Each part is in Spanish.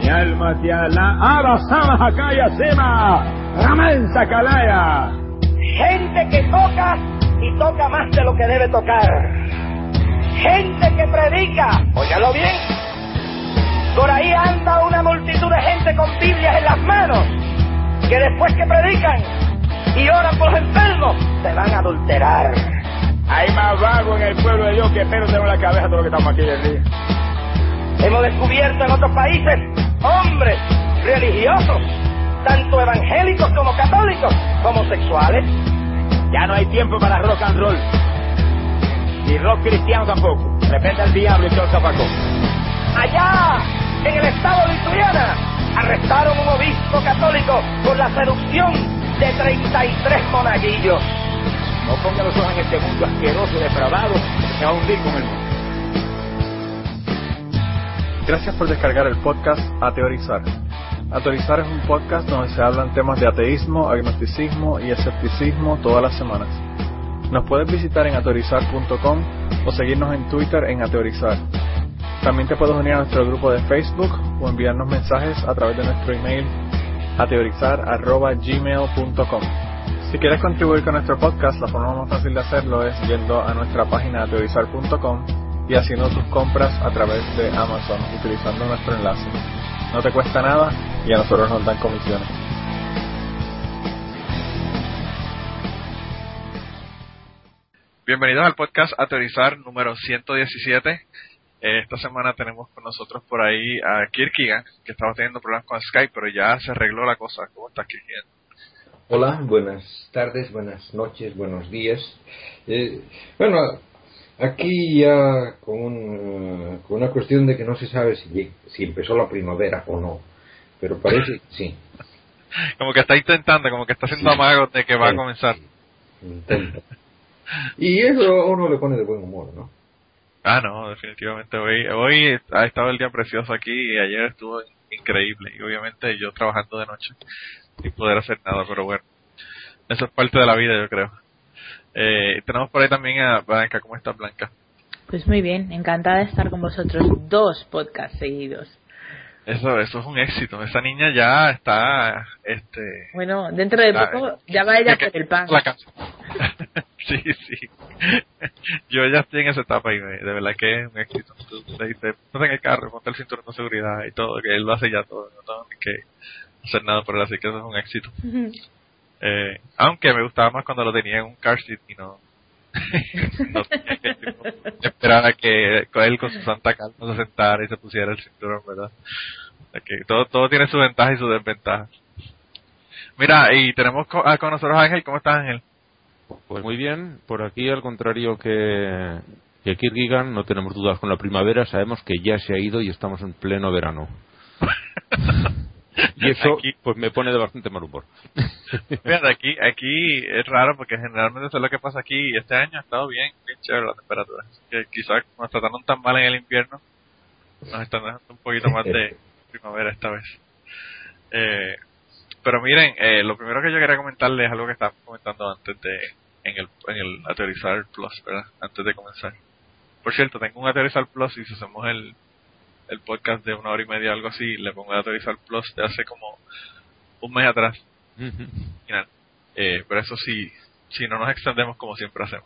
alma te ala, Arasama Hakaya Sema, Ramansa Kalaya. Gente que toca y toca más de lo que debe tocar. Gente que predica, óigalo bien. Por ahí anda una multitud de gente con Biblias en las manos, que después que predican y oran por los enfermos, se van a adulterar. Hay más vagos en el pueblo de Dios que pero tenemos la cabeza todos los que estamos aquí el día. Hemos descubierto en otros países hombres religiosos, tanto evangélicos como católicos, homosexuales. Ya no hay tiempo para rock and roll. Ni rock cristiano tampoco. Repente al diablo y todo el zapacón. Allá, en el estado de Louisiana, arrestaron un obispo católico por la seducción de 33 monaguillos. No ponga los ojos en este mundo asqueroso y depravado, se va a hundir con el mundo. Gracias por descargar el podcast Ateorizar. Ateorizar es un podcast donde se hablan temas de ateísmo, agnosticismo y escepticismo todas las semanas. Nos puedes visitar en ateorizar.com o seguirnos en Twitter en Ateorizar. También te puedes unir a nuestro grupo de Facebook o enviarnos mensajes a través de nuestro email ateorizar@gmail.com. Si quieres contribuir con nuestro podcast, la forma más fácil de hacerlo es yendo a nuestra página ateorizar.com y haciendo tus compras a través de Amazon utilizando nuestro enlace. No te cuesta nada y a nosotros nos dan comisiones. Bienvenidos al podcast Ateorizar número 117. Esta semana tenemos con nosotros por ahí a Kierkegaard, que estaba teniendo problemas con Skype, pero ya se arregló la cosa. ¿Cómo estás, Kierkegaard? Hola, buenas tardes, buenas noches, buenos días. Bueno, aquí ya con una cuestión de que no se sabe si empezó la primavera o no, pero parece que sí. Como que está intentando, como que está haciendo amagos de que va a comenzar. Intenta. Y eso a uno le pone de buen humor, ¿no? Ah, no, definitivamente. Hoy ha estado el día precioso aquí y ayer estuvo increíble. Y obviamente yo trabajando de noche sin poder hacer nada, pero bueno, eso es parte de la vida, yo creo. Tenemos por ahí también a Blanca. ¿Cómo estás, Blanca? Pues muy bien, encantada de estar con vosotros. 2 podcasts seguidos. Eso es un éxito. Esa niña ya está, bueno, dentro de poco ya va ella por el pan. Sí. Yo ya estoy en esa etapa y de verdad que es un éxito. Tú le dices, ponte en el carro, ponte el cinturón de seguridad y todo, que él lo hace ya todo, no tengo ni que hacer nada por él, así que eso es un éxito. Aunque me gustaba más cuando lo tenía en un car seat y no tenía que esperar a que él con su santa calma se sentara y se pusiera el cinturón, ¿verdad? Okay, todo tiene su ventaja y su desventaja. Mira, y tenemos con nosotros a Ángel. ¿Cómo estás, Ángel? Pues muy bien, por aquí al contrario que Kierkegaard, no tenemos dudas con la primavera, sabemos que ya se ha ido y estamos en pleno verano. Y eso aquí, pues me pone de bastante mal humor. Fíjate, aquí es raro porque generalmente eso es lo que pasa aquí y este año ha estado bien chévere la temperatura. Así que quizás nos trataron tan mal en el invierno, nos están dejando un poquito más de primavera esta vez. Pero miren, lo primero que yo quería comentarles es algo que estábamos comentando antes en el Ateorizar Plus, ¿verdad? Antes de comenzar. Por cierto, tengo un Ateorizar Plus y si hacemos el podcast de 1 hora y media o algo así, le pongo el Ateorizar Plus de hace como un mes atrás. Pero eso sí, si no nos extendemos como siempre hacemos.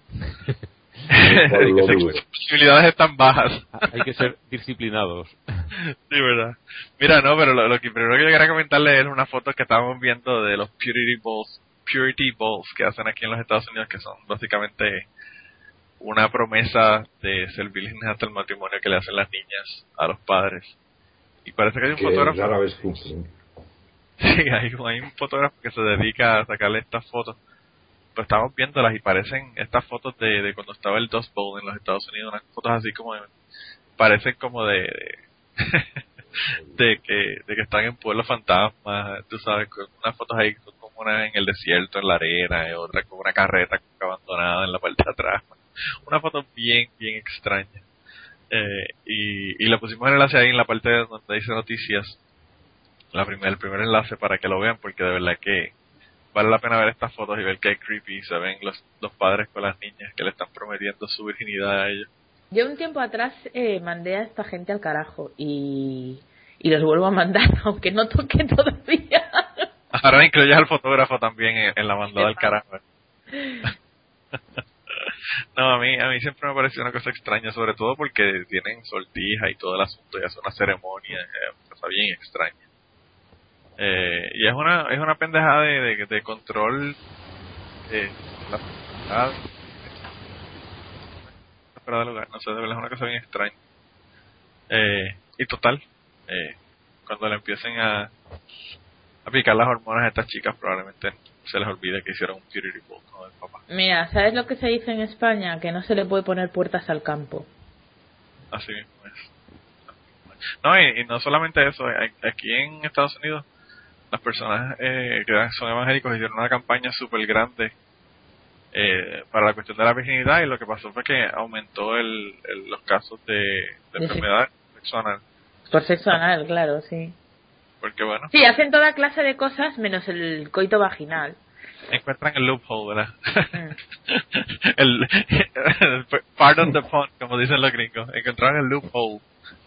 Las posibilidades están bajas. Hay que ser disciplinados. Sí, verdad. Mira, no, pero lo que primero que yo quería comentarle es unas fotos que estábamos viendo de los Purity Balls que hacen aquí en los Estados Unidos, que son básicamente una promesa de ser vírgenes hasta el matrimonio que le hacen las niñas a los padres. Y parece que hay un fotógrafo. Rara vez cumplen. Sí, hay un fotógrafo que se dedica a sacarle estas fotos. Pues estamos viéndolas y parecen estas fotos de cuando estaba el Dust Bowl en los Estados Unidos, unas fotos así como parecen como de que están en pueblos fantasmas, tú sabes, con unas fotos ahí como una en el desierto, en la arena, y otra con una carreta abandonada en la parte de atrás. Una foto bien extraña. Y le pusimos el enlace ahí en la parte donde dice noticias, el primer enlace para que lo vean, porque de verdad que vale la pena ver estas fotos y ver que creepy se ven los padres con las niñas que le están prometiendo su virginidad a ellos. Yo un tiempo atrás mandé a esta gente al carajo y y los vuelvo a mandar, aunque no toque todavía. Ahora incluyes al fotógrafo también en la mandada del carajo. No, a mí siempre me pareció una cosa extraña, sobre todo porque tienen sortija y todo el asunto, y hace una ceremonia, una cosa bien extraña. Y es una pendejada de control la fuera de lugar, no sé, de verdad es una cosa bien extraña. Y total, cuando le empiecen a aplicar las hormonas a estas chicas, probablemente se les olvide que hicieron un purity bowl con el papá. Mira, ¿sabes lo que se dice en España? Que no se le puede poner puertas al campo. Así mismo es. No, y no solamente eso, aquí en Estados Unidos las personas que son evangélicos hicieron una campaña súper grande para la cuestión de la virginidad, y lo que pasó fue que aumentó los casos de enfermedad sexo anal. Por sexo anal, claro, sí. Porque bueno. Sí, hacen toda clase de cosas menos el coito vaginal. Encuentran el loophole, ¿verdad? el pardon the pun, como dicen los gringos. Encontraron el loophole.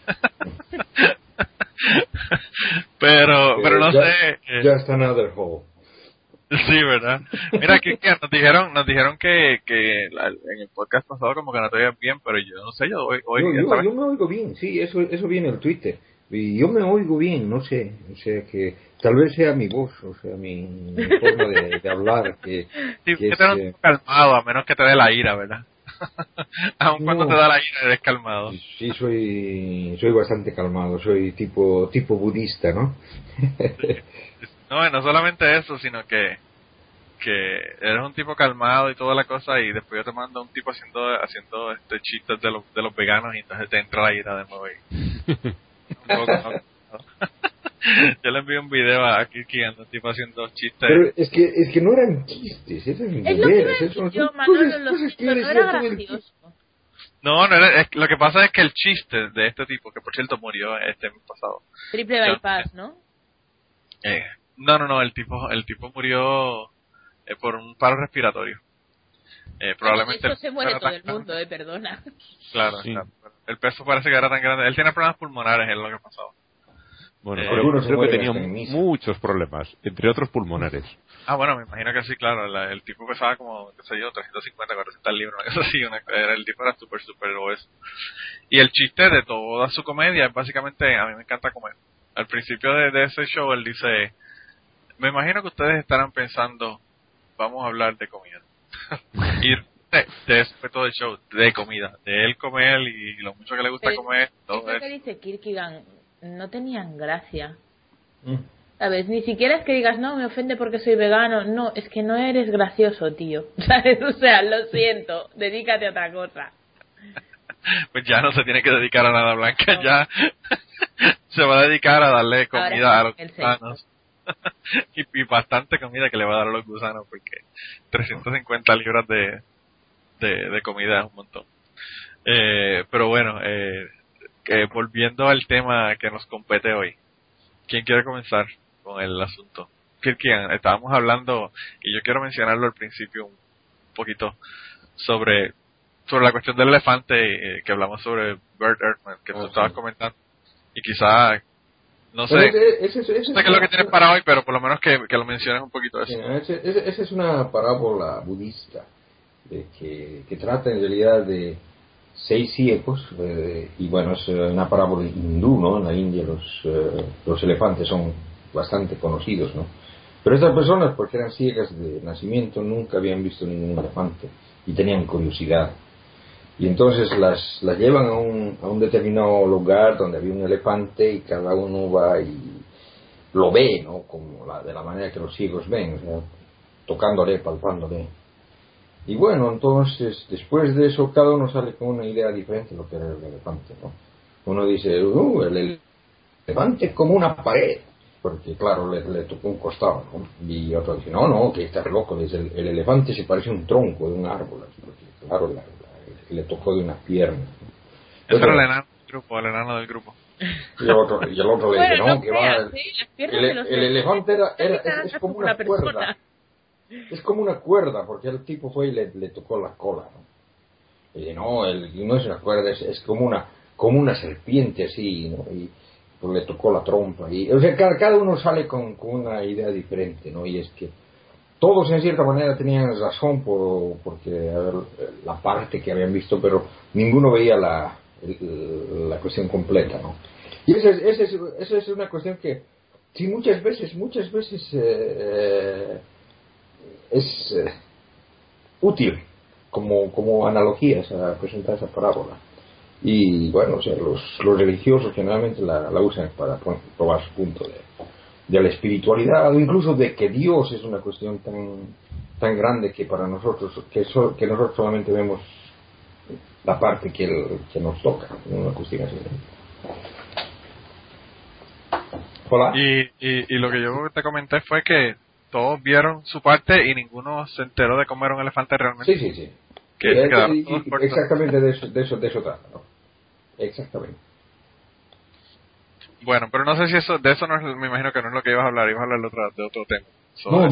pero no sé. Just another hole. Sí, ¿verdad? Mira, que nos dijeron que en el podcast pasado como que no te oías bien, pero yo no sé, yo me oigo bien, sí, eso viene en Twitter. Y yo me oigo bien, no sé, o sea que tal vez sea mi voz, o sea, mi forma de hablar. Sí, que te calmado, a menos que te dé la ira, ¿verdad? Aun cuando te da la ira, eres calmado. Sí, soy bastante calmado, soy tipo budista, ¿no? No, no solamente eso, sino que eres un tipo calmado y toda la cosa, y después yo te mando un tipo haciendo chistes de los veganos, y entonces te entra la ira de nuevo. Yo le envío un video a Kirky ando un tipo haciendo chistes. Pero es que no eran chistes, eran veras, eso yo, Manolo, no era gracioso. No era, lo que pasa es que el chiste de este tipo, que por cierto murió este mes pasado. Triple bypass, ¿no? No, el tipo murió por un paro respiratorio. Probablemente. Eso se muere todo el mundo, perdona. Claro, sí. Claro. El peso parece que era tan grande. Él tiene problemas pulmonares, es lo que pasó. Bueno, creo que tenía muchos problemas, entre otros pulmonares. Bueno, me imagino que sí, claro. El tipo pesaba como, qué sé yo, 350, 400 libras, eso sí, el tipo era súper obeso. Y el chiste de toda su comedia es básicamente, a mí me encanta comer. Al principio de ese show él dice, me imagino que ustedes estarán pensando, vamos a hablar de comida. Y de eso fue todo el show, de comida, de él comer y lo mucho que le gusta comer. Todo eso que dice Kierkegaard no tenían gracia. ¿Sabes? Ni siquiera es que digas, no, me ofende porque soy vegano. No, es que no eres gracioso, tío. ¿Sabes? O sea, lo siento, dedícate a otra cosa. Pues ya no se tiene que dedicar a nada, Blanca, no. Ya se va a dedicar a darle comida a los gusanos. y bastante comida que le va a dar a los gusanos, porque 350 libras de comida es un montón. Pero bueno, volviendo al tema que nos compete hoy, ¿quién quiere comenzar con el asunto? Kirkian, estábamos hablando, y yo quiero mencionarlo al principio un poquito, sobre la cuestión del elefante, que hablamos sobre Bert Ehrman, que tú estabas comentando, y quizá, no sé, no sé qué es lo que tienes para hoy, pero por lo menos que lo menciones un poquito de eso. Esa es una parábola budista, que trata en realidad de 6 ciegos, y bueno, es una parábola hindú, ¿no? En la India los elefantes son bastante conocidos, ¿no? Pero estas personas, porque eran ciegas de nacimiento, nunca habían visto ningún elefante y tenían curiosidad. Y entonces las llevan a un determinado lugar donde había un elefante, y cada uno va y lo ve, ¿no? Como de la manera que los ciegos ven, o sea, tocándole, palpándole. Y bueno, entonces, después de eso, cada uno sale con una idea diferente de lo que era el elefante, ¿no? Uno dice, el elefante es como una pared, porque claro, le tocó un costado, ¿no? Y otro dice, no, que está loco, dice, el elefante se parece a un tronco de un árbol, porque claro, le tocó de unas piernas, ¿no? Ese era el enano del grupo. Y el otro le dice, no, que va, el elefante es como una cuerda. Es como una cuerda, porque el tipo fue y le tocó la cola, ¿no? Y no es una cuerda, es como una serpiente así, ¿no? pues le tocó la trompa. Y, o sea, cada uno sale con una idea diferente, ¿no? Y es que todos en cierta manera tenían razón porque a ver, la parte que habían visto, pero ninguno veía la cuestión completa, ¿no? Y esa es una cuestión que sí muchas veces es útil como analogías a presentar esa parábola. Y bueno, o sea, los religiosos generalmente la usan para probar su punto de la espiritualidad, o incluso de que Dios es una cuestión tan grande que para nosotros, que nosotros solamente vemos la parte que nos toca, una cuestión así. Hola. Y lo que yo te comenté fue que todos vieron su parte y ninguno se enteró de cómo era un elefante realmente. Sí. Que se quedaron todos cortos. Exactamente de eso trata, ¿no? Exactamente. Bueno, pero no sé si de eso no es, me imagino que no es lo que ibas a hablar de otro tema. No,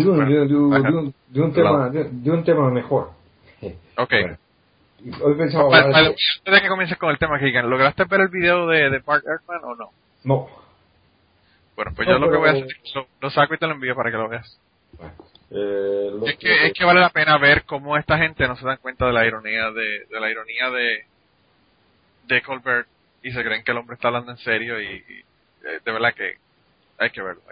de un tema mejor. Ok. Bueno, hoy pensaba hablar antes de que comiences con el tema, Keegan, ¿lograste ver el video de Bart Ehrman o no? No. Bueno, pues yo lo que voy a hacer lo saco y te lo envío para que lo veas. Bueno, es que vale la pena ver cómo esta gente no se dan cuenta de la ironía de Colbert y se creen que el hombre está hablando en serio y de verdad que hay que verlo.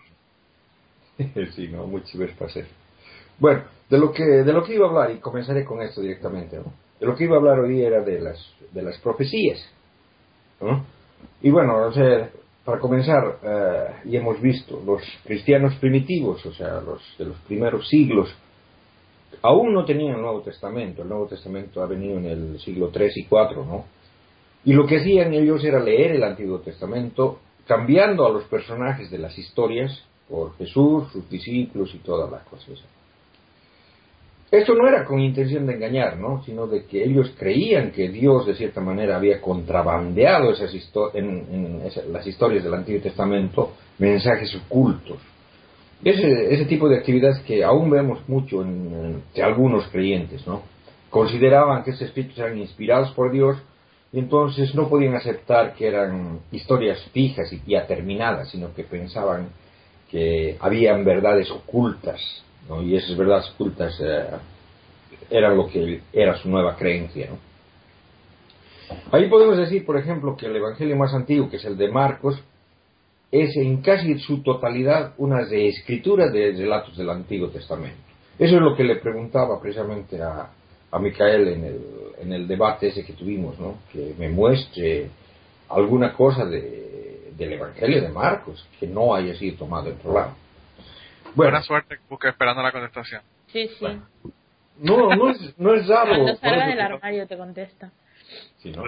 Sí, no, muchas veces para hacer. Bueno, de lo que iba a hablar, y comenzaré con esto directamente, ¿no? De lo que iba a hablar hoy era de las profecías, ¿no? Y bueno, o sea, para comenzar, ya hemos visto, los cristianos primitivos, o sea, de los primeros siglos, aún no tenían el Nuevo Testamento. El Nuevo Testamento ha venido en el siglo III y IV, ¿no? Y lo que hacían ellos era leer el Antiguo Testamento, cambiando a los personajes de las historias por Jesús, sus discípulos y todas las cosas. Esto no era con intención de engañar, ¿no? Sino de que ellos creían que Dios de cierta manera había contrabandeado en las historias del Antiguo Testamento mensajes ocultos. Ese tipo de actividades que aún vemos mucho de algunos creyentes, ¿no? Consideraban que estos escritos eran inspirados por Dios y entonces no podían aceptar que eran historias fijas y ya terminadas, sino que pensaban que habían verdades ocultas, ¿no? Y esas verdades ocultas eran lo que era su nueva creencia, ¿no? Ahí podemos decir, por ejemplo, que el evangelio más antiguo, que es el de Marcos, es en casi su totalidad una reescritura de relatos del Antiguo Testamento. Eso es lo que le preguntaba precisamente a Micael en el debate ese que tuvimos, ¿no? Que me muestre alguna cosa del evangelio de Marcos que no haya sido tomado en otro lado. Bueno, buena suerte, busca esperando la contestación. Sí. Bueno. No es raro. Cuando salga del armario te contesta. Sí, ¿no?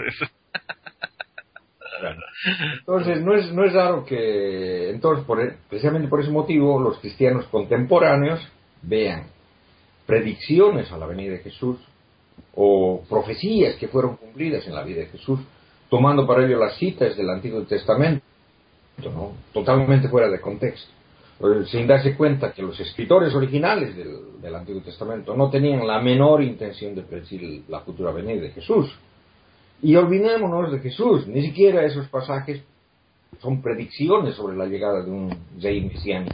Entonces no es raro que entonces precisamente por ese motivo los cristianos contemporáneos vean predicciones a la venida de Jesús o profecías que fueron cumplidas en la vida de Jesús, tomando para ello las citas del Antiguo Testamento, ¿no? Totalmente fuera de contexto, sin darse cuenta que los escritores originales del Antiguo Testamento no tenían la menor intención de predecir la futura venida de Jesús. Y olvidémonos de Jesús, ni siquiera esos pasajes son predicciones sobre la llegada de un rey mesiánico.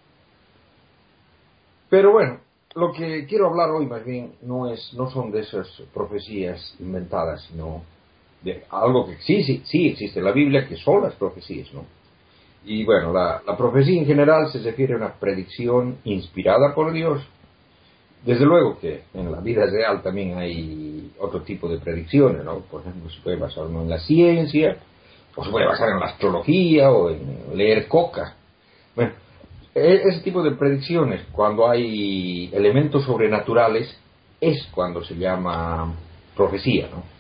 Pero bueno, lo que quiero hablar hoy más bien no son de esas profecías inventadas, sino de algo que sí existe en la Biblia, que son las profecías, ¿no? Y bueno, la profecía en general se refiere a una predicción inspirada por Dios. Desde luego que en la vida real también hay otro tipo de predicciones, ¿no? Por ejemplo, se puede basar uno en la ciencia, o se puede basar en la astrología, o en leer coca. Bueno, ese tipo de predicciones, cuando hay elementos sobrenaturales, es cuando se llama profecía, ¿no?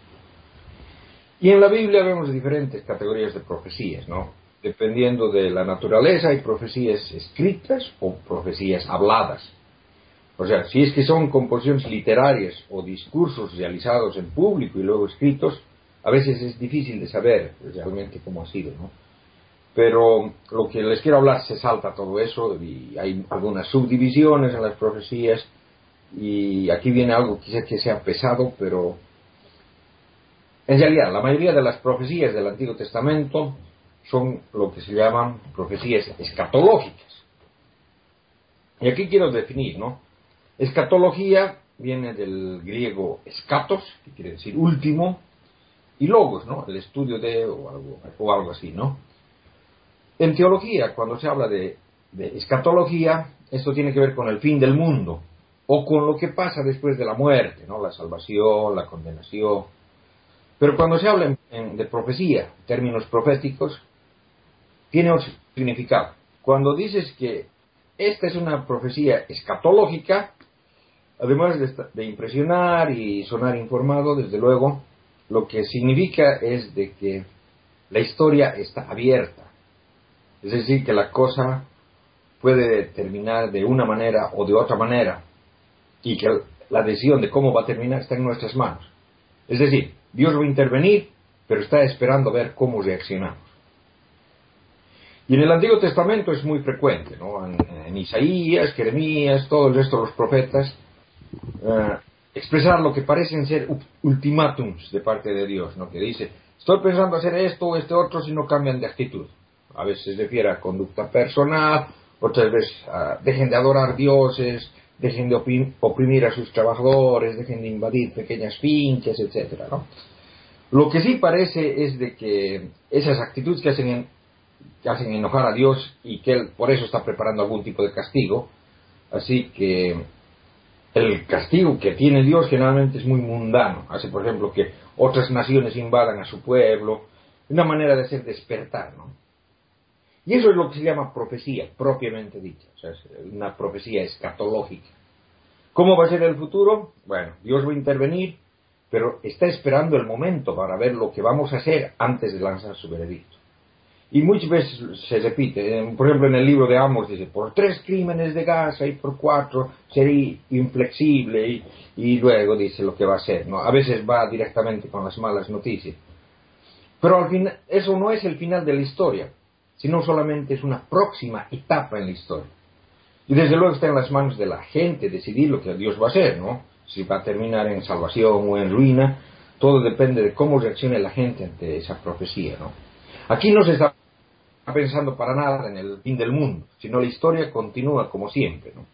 Y en la Biblia vemos diferentes categorías de profecías, ¿no? Dependiendo de la naturaleza, hay profecías escritas o profecías habladas. O sea, si es que son composiciones literarias o discursos realizados en público y luego escritos, a veces es difícil de saber realmente cómo ha sido, ¿no? Pero lo que les quiero hablar se salta todo eso y hay algunas subdivisiones en las profecías y aquí viene algo quizás que sea pesado, pero en realidad la mayoría de las profecías del Antiguo Testamento son lo que se llaman profecías escatológicas. Y aquí quiero definir, ¿no? Escatología viene del griego escatos, que quiere decir último, y logos, ¿no? El estudio de o algo así, ¿no? En teología, cuando se habla de escatología, esto tiene que ver con el fin del mundo, o con lo que pasa después de la muerte, ¿no? La salvación, la condenación. Pero cuando se habla de profecía, términos proféticos, tiene otro significado. Cuando dices que esta es una profecía escatológica, además de impresionar y sonar informado, desde luego, lo que significa es de que la historia está abierta. Es decir, que la cosa puede terminar de una manera o de otra manera, y que la decisión de cómo va a terminar está en nuestras manos. Es decir, Dios va a intervenir, pero está esperando ver cómo reaccionamos. Y en el Antiguo Testamento es muy frecuente, ¿no? En Isaías, Jeremías, todo el resto de los profetas, expresar lo que parecen ser ultimátums de parte de Dios, ¿no? Que dice, estoy pensando hacer esto o este otro si no cambian de actitud. A veces se refiere a conducta personal, otras veces dejen de adorar dioses, dejen de oprimir a sus trabajadores, dejen de invadir pequeñas fincas, etcétera, ¿no? Lo que sí parece es de que esas actitudes que hacen enojar a Dios y que Él por eso está preparando algún tipo de castigo, así que el castigo que tiene Dios generalmente es muy mundano. Hace, por ejemplo, que otras naciones invadan a su pueblo, una manera de hacer despertar, ¿no? Y eso es lo que se llama profecía, propiamente dicha, o sea, es una profecía escatológica. ¿Cómo va a ser el futuro? Bueno, Dios va a intervenir, pero está esperando el momento para ver lo que vamos a hacer antes de lanzar su veredicto. Y muchas veces se repite, por ejemplo en el libro de Amos dice, por 3 crímenes de Gaza y por 4 seré inflexible, y luego dice lo que va a hacer, ¿no? A veces va directamente con las malas noticias. Pero al final, eso no es el final de la historia, sino solamente es una próxima etapa en la historia. Y desde luego está en las manos de la gente decidir lo que Dios va a hacer, ¿no? Si va a terminar en salvación o en ruina, todo depende de cómo reaccione la gente ante esa profecía, ¿no? Aquí no se está pensando para nada en el fin del mundo, sino la historia continúa como siempre, ¿no?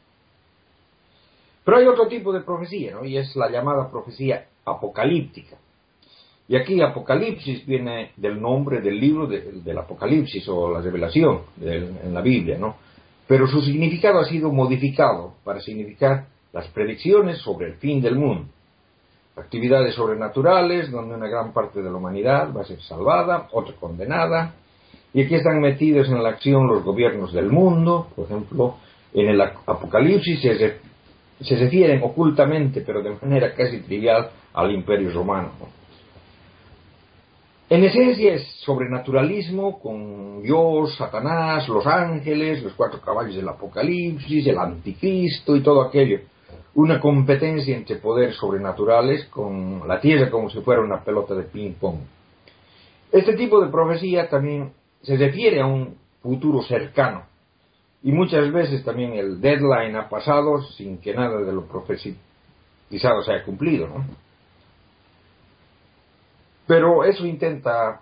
Pero hay otro tipo de profecía, ¿no? Y es la llamada profecía apocalíptica. Y aquí Apocalipsis viene del nombre del libro del Apocalipsis o la revelación en la Biblia, ¿no? Pero su significado ha sido modificado para significar las predicciones sobre el fin del mundo. Actividades sobrenaturales donde una gran parte de la humanidad va a ser salvada, otra condenada. Y aquí están metidos en la acción los gobiernos del mundo. Por ejemplo, en el Apocalipsis se refieren ocultamente, pero de manera casi trivial, al Imperio Romano, ¿no? En esencia es sobrenaturalismo con Dios, Satanás, los ángeles, los 4 caballos del Apocalipsis, el anticristo y todo aquello. Una competencia entre poderes sobrenaturales con la tierra como si fuera una pelota de ping-pong. Este tipo de profecía también se refiere a un futuro cercano. Y muchas veces también el deadline ha pasado sin que nada de lo profetizado se haya cumplido, ¿no? Pero eso intenta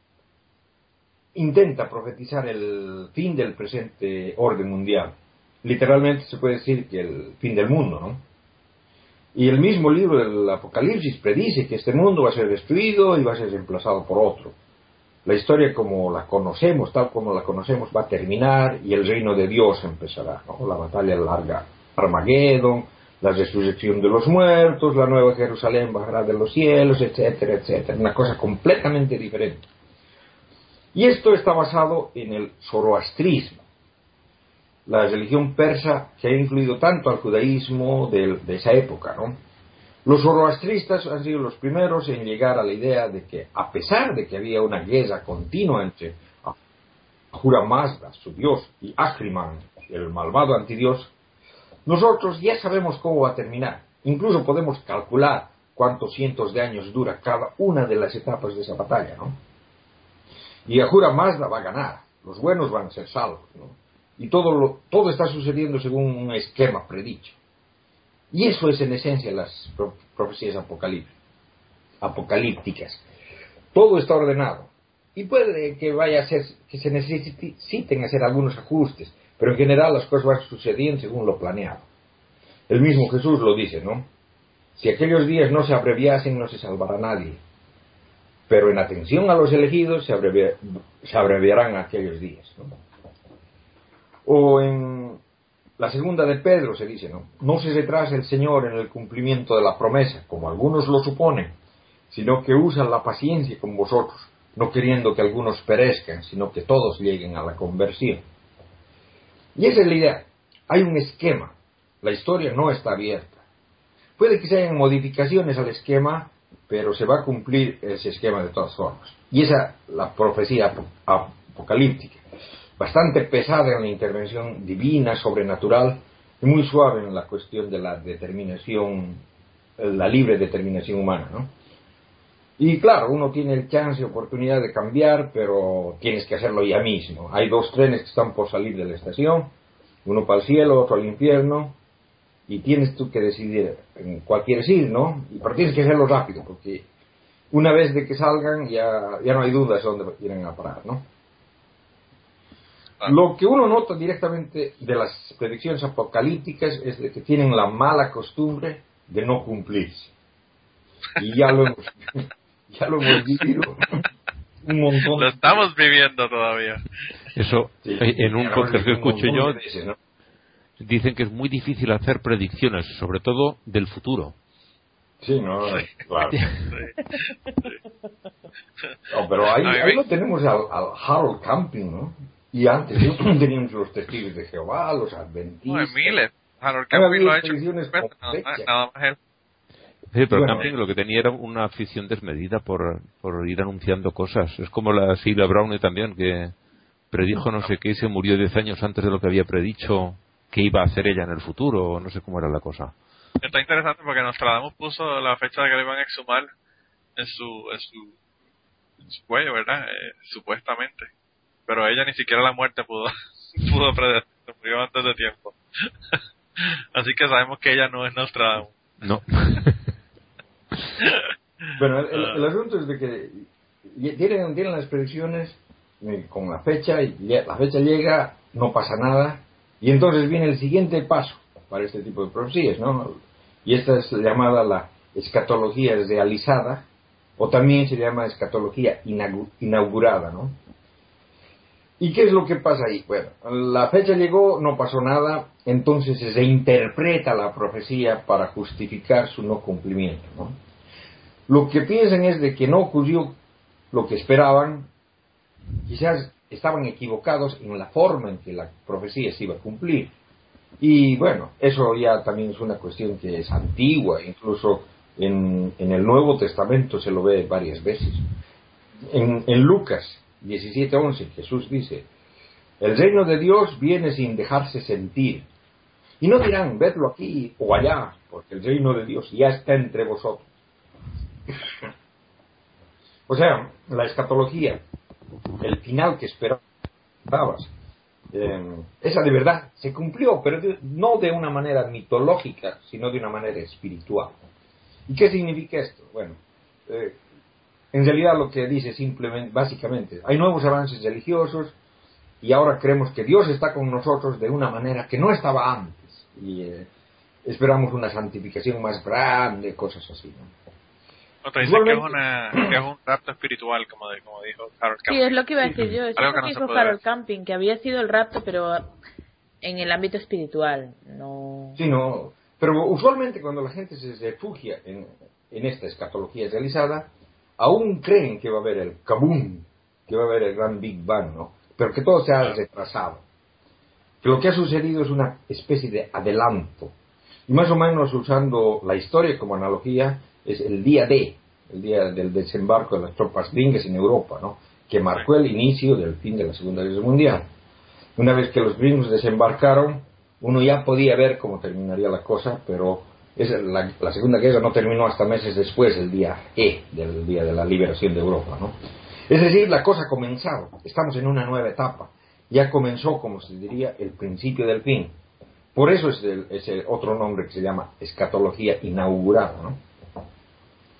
profetizar el fin del presente orden mundial. Literalmente se puede decir que el fin del mundo, ¿no? Y el mismo libro del Apocalipsis predice que este mundo va a ser destruido y va a ser reemplazado por otro. La historia como la conocemos, tal como la conocemos, va a terminar y el reino de Dios empezará, ¿no? La batalla larga, Armagedón, la resurrección de los muertos, la nueva Jerusalén bajará de los cielos, etcétera, etcétera. Una cosa completamente diferente. Y esto está basado en el zoroastrismo, la religión persa que ha incluido tanto al judaísmo de esa época, ¿no? Los zoroastristas han sido los primeros en llegar a la idea de que, a pesar de que había una guerra continua entre Ahura Mazda, su dios, y Ahriman, el malvado antidios, nosotros ya sabemos cómo va a terminar. Incluso podemos calcular cuántos cientos de años dura cada una de las etapas de esa batalla, ¿no? Y Ahura Mazda va a ganar. Los buenos van a ser salvos, ¿no? Y todo está sucediendo según un esquema predicho. Y eso es en esencia las profecías apocalípticas. Todo está ordenado. y puede que vaya a ser, que se necesiten hacer algunos ajustes, pero en general las cosas van sucediendo según lo planeado. El mismo Jesús lo dice, ¿no? Si aquellos días no se abreviasen, no se salvará nadie. Pero en atención a los elegidos se abreviarán aquellos días, ¿no? O en la segunda de Pedro se dice, ¿no? No se retrasa el Señor en el cumplimiento de la promesa, como algunos lo suponen, sino que usa la paciencia con vosotros, no queriendo que algunos perezcan, sino que todos lleguen a la conversión. Y esa es la idea. Hay un esquema. La historia no está abierta. Puede que se hayan modificaciones al esquema, pero se va a cumplir ese esquema de todas formas. Y esa la profecía apocalíptica. Bastante pesada en la intervención divina, sobrenatural, y muy suave en la cuestión de la determinación, la libre determinación humana, ¿no? Y claro, uno tiene el chance, oportunidad de cambiar, pero tienes que hacerlo ya mismo. Hay 2 trenes que están por salir de la estación, uno para el cielo, otro al infierno, y tienes tú que decidir en cuál quieres ir, ¿no? Pero tienes que hacerlo rápido, porque una vez de que salgan ya no hay dudas de dónde irán a parar, ¿no? Lo que uno nota directamente de las predicciones apocalípticas es de que tienen la mala costumbre de no cumplirse. Y ya lo hemos vivido un montón. Lo estamos viviendo todavía. Eso, Sí, en un podcast que escucho yo, veces, ¿no? dicen que es muy difícil hacer predicciones, sobre todo del futuro. Sí, no, Sí. claro. Sí. No, pero ahí lo tenemos al Harold Camping, ¿no? Y antes teníamos los testigos de Jehová, los adventistas. No, en miles. Harold Han Camping lo habido ha hecho. predicciones con fecha. Nada más él. Sí, pero Bueno, Camping lo que tenía era una afición desmedida por ir anunciando cosas. Es como la Sheila Browne también, que predijo no sé qué y se murió 10 años antes de lo que había predicho que iba a hacer ella en el futuro, o no sé cómo era la cosa. Está interesante porque Nostradamus puso la fecha de que le iban a exhumar en su cuello, ¿verdad? Supuestamente. Pero ella ni siquiera la muerte pudo predecir, se murió antes de tiempo. Así que sabemos que ella no es Nostradamus. No. Bueno, el asunto es de que tienen las predicciones con la fecha, y la fecha llega, no pasa nada, y entonces viene el siguiente paso para este tipo de profecías, ¿no? Y esta es llamada la escatología realizada, o también se llama escatología inaugurada, ¿no? ¿Y qué es lo que pasa ahí? Bueno, la fecha llegó, no pasó nada, entonces se interpreta la profecía para justificar su no cumplimiento, ¿no? Lo que piensan es de que no ocurrió lo que esperaban, quizás estaban equivocados en la forma en que la profecía se iba a cumplir. Y bueno, eso ya también es una cuestión que es antigua, incluso en el Nuevo Testamento se lo ve varias veces. En Lucas 17:11 Jesús dice: el reino de Dios viene sin dejarse sentir. Y no dirán, vedlo aquí o allá, porque el reino de Dios ya está entre vosotros. O sea, la escatología, el final que esperabas, esa de verdad se cumplió, pero no de una manera mitológica, sino de una manera espiritual. ¿Y qué significa esto? Bueno, en realidad lo que dice simplemente, básicamente, hay nuevos avances religiosos y ahora creemos que Dios está con nosotros de una manera que no estaba antes. Y esperamos una santificación más grande, cosas así, ¿no? Otro dice que es un rapto espiritual, como dijo Harold Camping. Sí, es lo que iba a decir yo. Es Algo lo que que no se dijo puede Harold ver. Camping, que había sido el rapto, pero en el ámbito espiritual, no... Sí, no, pero usualmente cuando la gente se refugia en esta escatología realizada, aún creen que va a haber el kabum, que va a haber el gran Big Bang, ¿no? Pero que todo se ha retrasado. Que lo que ha sucedido es una especie de adelanto. Y más o menos usando la historia como analogía, es el día del desembarco de las tropas gringas en Europa, ¿no? Que marcó el inicio del fin de la Segunda Guerra Mundial. Una vez que los gringos desembarcaron, uno ya podía ver cómo terminaría la cosa, pero la Segunda Guerra no terminó hasta meses después, el día E, del día de la liberación de Europa, ¿no? Es decir, la cosa ha comenzado, estamos en una nueva etapa, ya comenzó, como se diría, el principio del fin. Por eso es el otro nombre que se llama escatología inaugurada, ¿no?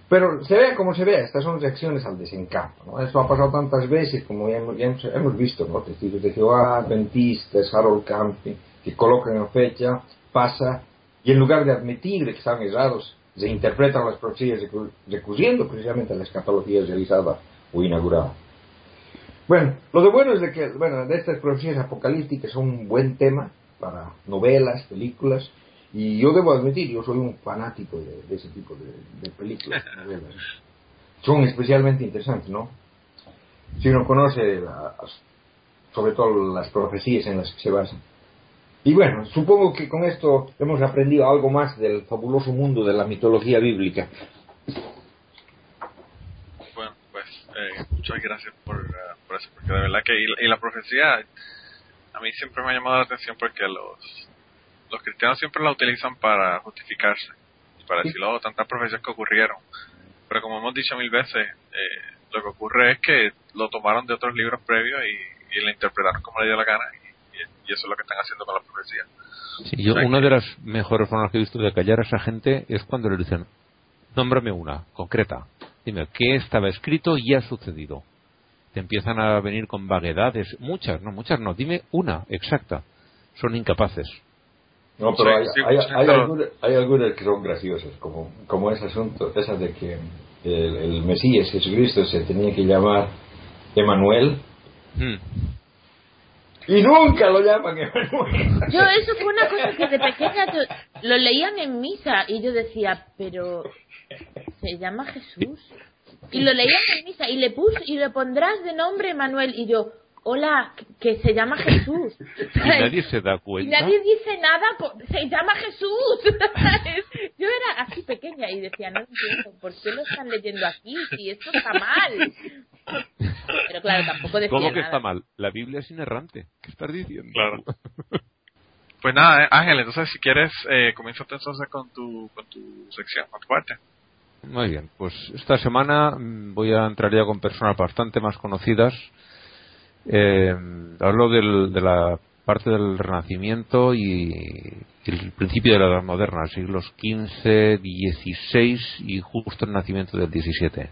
Pero se vea como se vea, estas son reacciones al desencanto, ¿no? Eso ha pasado tantas veces, como ya hemos visto, ¿no? Testigos de Jehová, adventistas, Harold Camping, que colocan en fecha, pasa, y en lugar de admitir que están errados, se interpretan las profecías recurriendo precisamente a la escatología realizada o inaugurada. Bueno, lo de bueno es de que, de estas profecías apocalípticas son un buen tema para novelas, películas, y yo debo admitir, yo soy un fanático de ese tipo de películas, de novelas. Son especialmente interesantes, ¿no? Si uno conoce sobre todo las profecías en las que se basan. Y bueno, supongo que con esto hemos aprendido algo más del fabuloso mundo de la mitología bíblica. Bueno, pues muchas gracias por eso, porque de verdad que y la profecía a mí siempre me ha llamado la atención porque los cristianos siempre la utilizan para justificarse y para decir, tantas profecías que ocurrieron, pero como hemos dicho 1000 veces, lo que ocurre es que lo tomaron de otros libros previos y lo interpretaron como le dio la gana, y eso es lo que están haciendo con la profecía. Sí, yo una de las mejores formas que he visto de callar a esa gente es cuando le dicen, nómbrame una concreta, dime qué estaba escrito y ha sucedido. Te empiezan a venir con vaguedades, muchas no, dime una exacta. Son incapaces. No, pero hay algunas que son graciosas, como ese asunto, esa de que el Mesías Jesucristo se tenía que llamar Emanuel. Y nunca lo llaman Emanuel. Yo, eso fue una cosa que de pequeña lo leían en misa y yo decía, pero se llama Jesús. Y lo leían en misa y le pondrás de nombre Emanuel, y yo, hola, que se llama Jesús. Y nadie se da cuenta. Y nadie dice nada, se llama Jesús. Yo era así pequeña y decía, no entiendo, ¿por qué lo están leyendo aquí? Si esto está mal. Pero claro, tampoco decía ¿Cómo que nada. está mal? La Biblia es inerrante. ¿Qué estás diciendo? Claro. Pues nada, Ángel, entonces si quieres, comienza entonces con tu sección, con tu parte. Muy bien, pues esta semana voy a entrar ya con personas bastante más conocidas. Hablo de la parte del Renacimiento y el principio de la Edad Moderna, siglos XV, XVI y justo el nacimiento del XVII.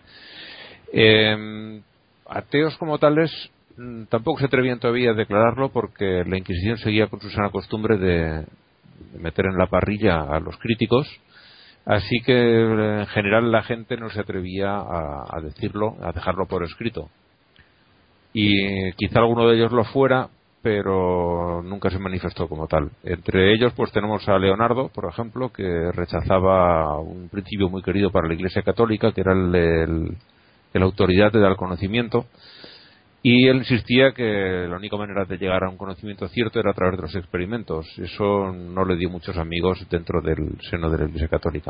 Ateos como tales tampoco se atrevían todavía a declararlo porque la Inquisición seguía con su sana costumbre de meter en la parrilla a los críticos, así que en general la gente no se atrevía a decirlo, a dejarlo por escrito. Y quizá alguno de ellos lo fuera, pero nunca se manifestó como tal. Entre ellos pues tenemos a Leonardo, por ejemplo, que rechazaba un principio muy querido para la Iglesia Católica, que era el de la autoridad de dar conocimiento, y él insistía que la única manera de llegar a un conocimiento cierto era a través de los experimentos. Eso no le dio muchos amigos dentro del seno de la Iglesia Católica.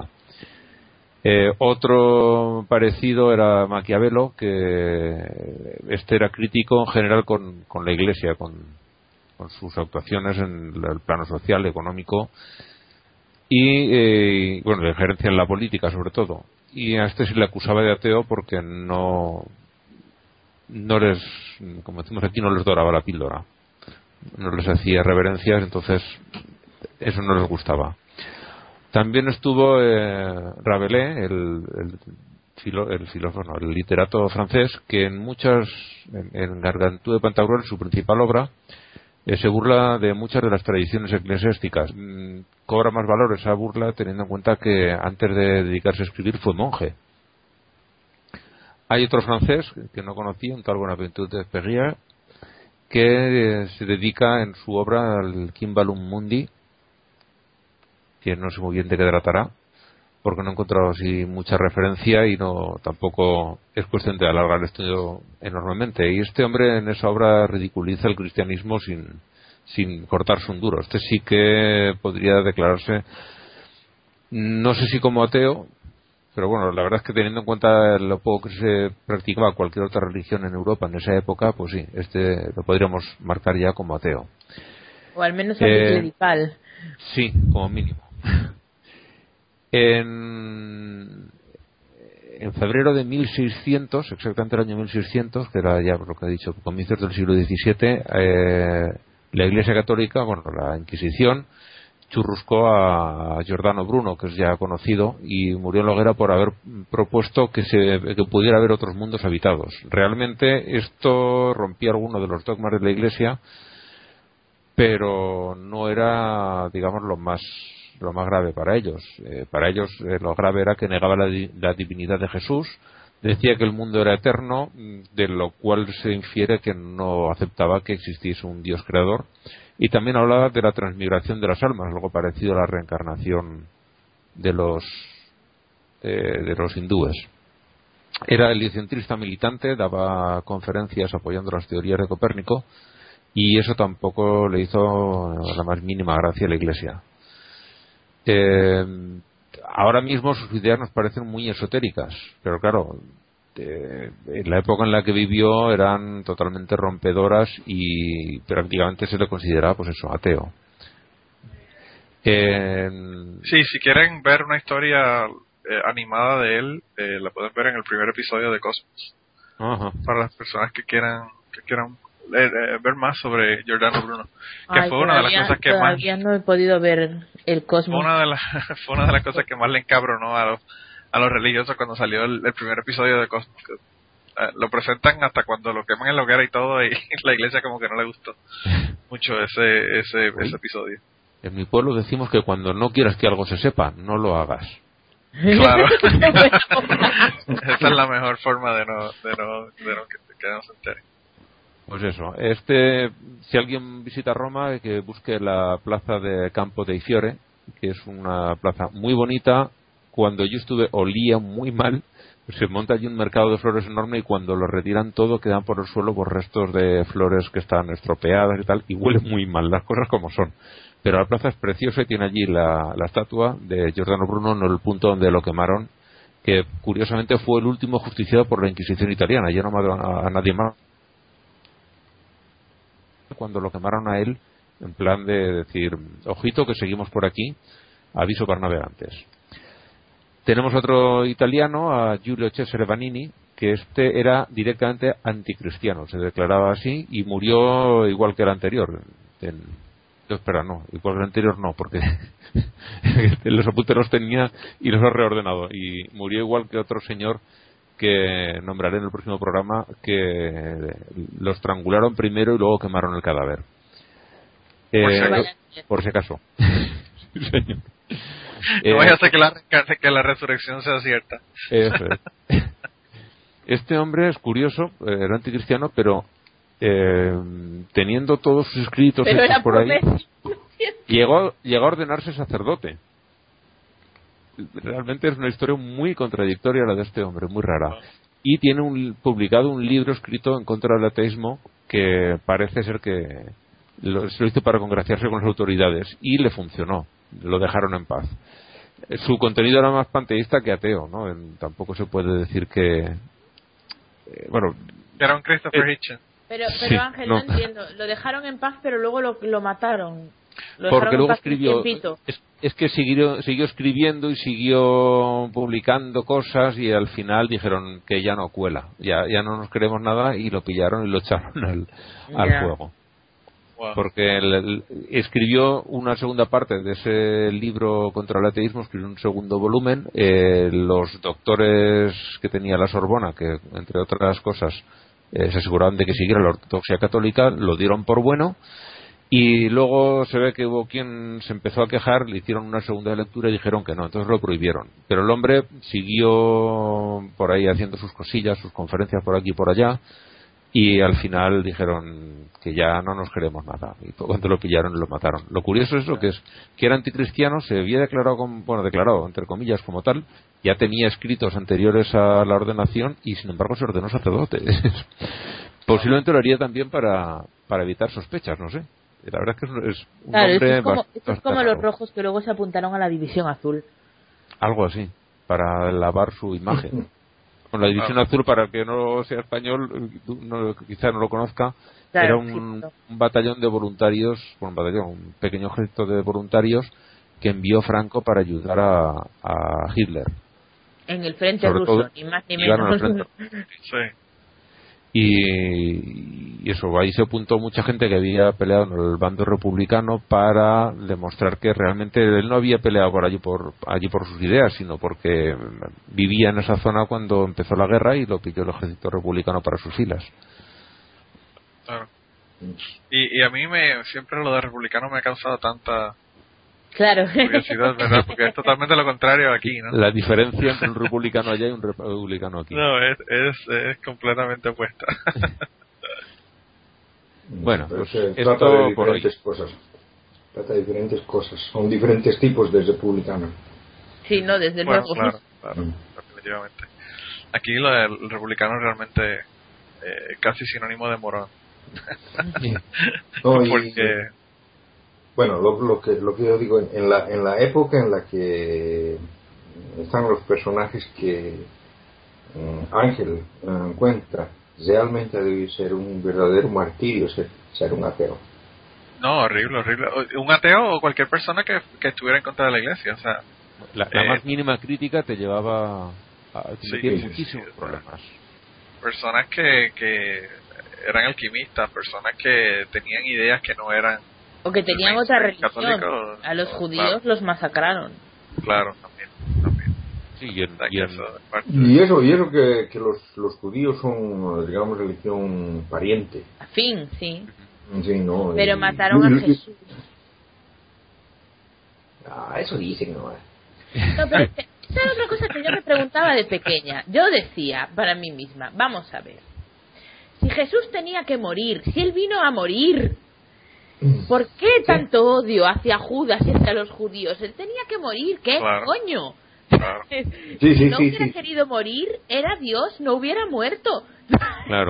Otro parecido era Maquiavelo, que este era crítico en general con la Iglesia, con sus actuaciones en el plano social, económico y de injerencia en la política sobre todo. Y a este se le acusaba de ateo porque no les, como decimos aquí, no les doraba la píldora, no les hacía reverencias, entonces eso no les gustaba. También estuvo Rabelais, el filósofo, no, el literato francés, que en Gargantúa de Pantagruel, su principal obra, se burla de muchas de las tradiciones eclesiásticas. Cobra más valor esa burla teniendo en cuenta que antes de dedicarse a escribir fue monje. Hay otro francés que no conocía, un tal Bonaventure de Perrier, que se dedica en su obra al Cymbalum Mundi, que no sé muy bien de qué tratará, porque no he encontrado así mucha referencia y tampoco es cuestión de alargar el estudio enormemente. Y este hombre en esa obra ridiculiza el cristianismo sin cortarse un duro. Este sí que podría declararse, no sé si como ateo, pero bueno, la verdad es que teniendo en cuenta lo poco que se practicaba cualquier otra religión en Europa en esa época, pues sí, este lo podríamos marcar ya como ateo. O al menos anticlerical. Sí, como mínimo. En febrero de 1600, exactamente el año 1600, que era ya lo que he dicho, comienzos del siglo XVII, la Iglesia Católica, la Inquisición, churruscó a Giordano Bruno, que es ya conocido, y murió en la hoguera por haber propuesto que pudiera haber otros mundos habitados. Realmente esto rompía alguno de los dogmas de la Iglesia, pero no era, digamos, lo más grave para ellos. Para ellos lo grave era que negaba la divinidad de Jesús, decía que el mundo era eterno, de lo cual se infiere que no aceptaba que existiese un Dios creador, y también hablaba de la transmigración de las almas, algo parecido a la reencarnación de los hindúes. Era heliocentrista militante, daba conferencias apoyando las teorías de Copérnico, y eso tampoco le hizo la más mínima gracia a la Iglesia. Ahora mismo sus ideas nos parecen muy esotéricas, pero claro, en la época en la que vivió eran totalmente rompedoras y prácticamente se le consideraba, pues eso, ateo. Sí, si quieren ver una historia animada de él, la pueden ver en el primer episodio de Cosmos. Ajá. Para las personas que quieran ver más sobre Giordano Bruno, que Ay, fue una de las cosas que más no he podido ver el Cosmos. fue una de las cosas que más le encabronó a los religiosos cuando salió el primer episodio de Cosmos. Lo presentan hasta cuando lo queman en la hoguera y todo, y la iglesia como que no le gustó mucho ese episodio. En mi pueblo decimos que cuando no quieras que algo se sepa, no lo hagas. Claro. Esa es la mejor forma de no que no se entere. Pues eso, si alguien visita Roma, que busque la plaza de Campo dei Fiori, que es una plaza muy bonita. Cuando yo estuve olía muy mal, se monta allí un mercado de flores enorme y cuando lo retiran todo quedan por el suelo por restos de flores que están estropeadas y tal, y huele muy mal, las cosas como son. Pero la plaza es preciosa y tiene allí la estatua de Giordano Bruno en el punto donde lo quemaron, que curiosamente fue el último justiciado por la Inquisición italiana. Ya no mataron a nadie más cuando lo quemaron a él, en plan de decir, ojito que seguimos por aquí, aviso para navegantes. Tenemos otro italiano, a Giulio Cesare Vanini, que era directamente anticristiano, se declaraba así y murió igual que el anterior. Igual que el anterior no, porque los apuntes los tenía y los ha reordenado, y murió igual que otro señor que nombraré en el próximo programa, que lo estrangularon primero y luego quemaron el cadáver. Por si acaso. Sí, señor. No vaya a ser que la resurrección sea cierta. Eso es. Este hombre es curioso, era anticristiano, pero teniendo todos sus escritos hechos por ahí, llegó a ordenarse sacerdote. Realmente es una historia muy contradictoria la de este hombre, muy rara. Y tiene publicado un libro escrito en contra del ateísmo que parece ser que se lo hizo para congraciarse con las autoridades y le funcionó, lo dejaron en paz. Su contenido era más panteísta que ateo, ¿no? Tampoco se puede decir que era un Christopher Hitchens. Pero sí, Ángel, no entiendo. Lo dejaron en paz, pero luego lo mataron. Porque luego escribió, es que siguió escribiendo y siguió publicando cosas y al final dijeron que ya no cuela, ya no nos queremos nada, y lo pillaron y lo echaron al fuego. Wow. Porque escribió una segunda parte de ese libro contra el ateísmo, escribió un segundo volumen. Los doctores que tenía la Sorbona, que entre otras cosas se aseguraban de que siguiera la ortodoxia católica, lo dieron por bueno. Y luego se ve que hubo quien se empezó a quejar, le hicieron una segunda lectura y dijeron que no, entonces lo prohibieron. Pero el hombre siguió por ahí haciendo sus cosillas, sus conferencias por aquí y por allá, y al final dijeron que ya no nos queremos nada. Y cuando lo pillaron lo mataron. Lo curioso es lo que era anticristiano, se había declarado entre comillas como tal, ya tenía escritos anteriores a la ordenación y sin embargo se ordenó sacerdote. Posiblemente lo haría también para evitar sospechas, no sé. La verdad es que es un hombre esto es como los rojos que luego se apuntaron a la división azul. Algo así, para lavar su imagen. Con la división azul, para el que no sea español, quizá no lo conozca, era un batallón de voluntarios, un pequeño ejército de voluntarios que envió Franco para ayudar a Hitler. En el frente ruso, ni más ni menos. Sí. y eso, ahí se apuntó mucha gente que había peleado en el bando republicano para demostrar que realmente él no había peleado por allí por sus ideas, sino porque vivía en esa zona cuando empezó la guerra y lo pidió el ejército republicano para sus filas. Claro. Y a mí siempre lo de republicano me ha causado tanta curiosidad, ¿verdad? Porque es totalmente lo contrario aquí, ¿no? La diferencia entre un republicano allá y un republicano aquí. No, es completamente opuesta. Bueno, pues trata de diferentes cosas. Trata de diferentes cosas. Son diferentes tipos de republicano. Sí, no, desde luego. Claro, definitivamente. Aquí lo del republicano realmente casi sinónimo de morón. No, porque bueno, lo que yo digo, en la época en la que están los personajes que Ángel encuentra, realmente debe ser un verdadero martirio ser un ateo. No, horrible. Un ateo o cualquier persona que estuviera en contra de la iglesia, o sea, la más mínima crítica te llevaba a tener muchísimos problemas. Personas que eran alquimistas, personas que tenían ideas que no eran, o que tenían otra religión. Católico, a los judíos los masacraron. Claro, también. Sí, y eso que los judíos son, digamos, religión pariente. Afín, sí. Sí, no. Pero mataron a Jesús. Eso dicen, ¿no? No, pero esa era otra cosa que yo me preguntaba de pequeña. Yo decía para mí misma, vamos a ver, si Jesús tenía que morir, si él vino a morir, ¿por qué tanto odio hacia Judas y hacia los judíos? Él tenía que morir, ¿qué coño? Claro. Si no hubiera querido morir, era Dios, no hubiera muerto. Claro.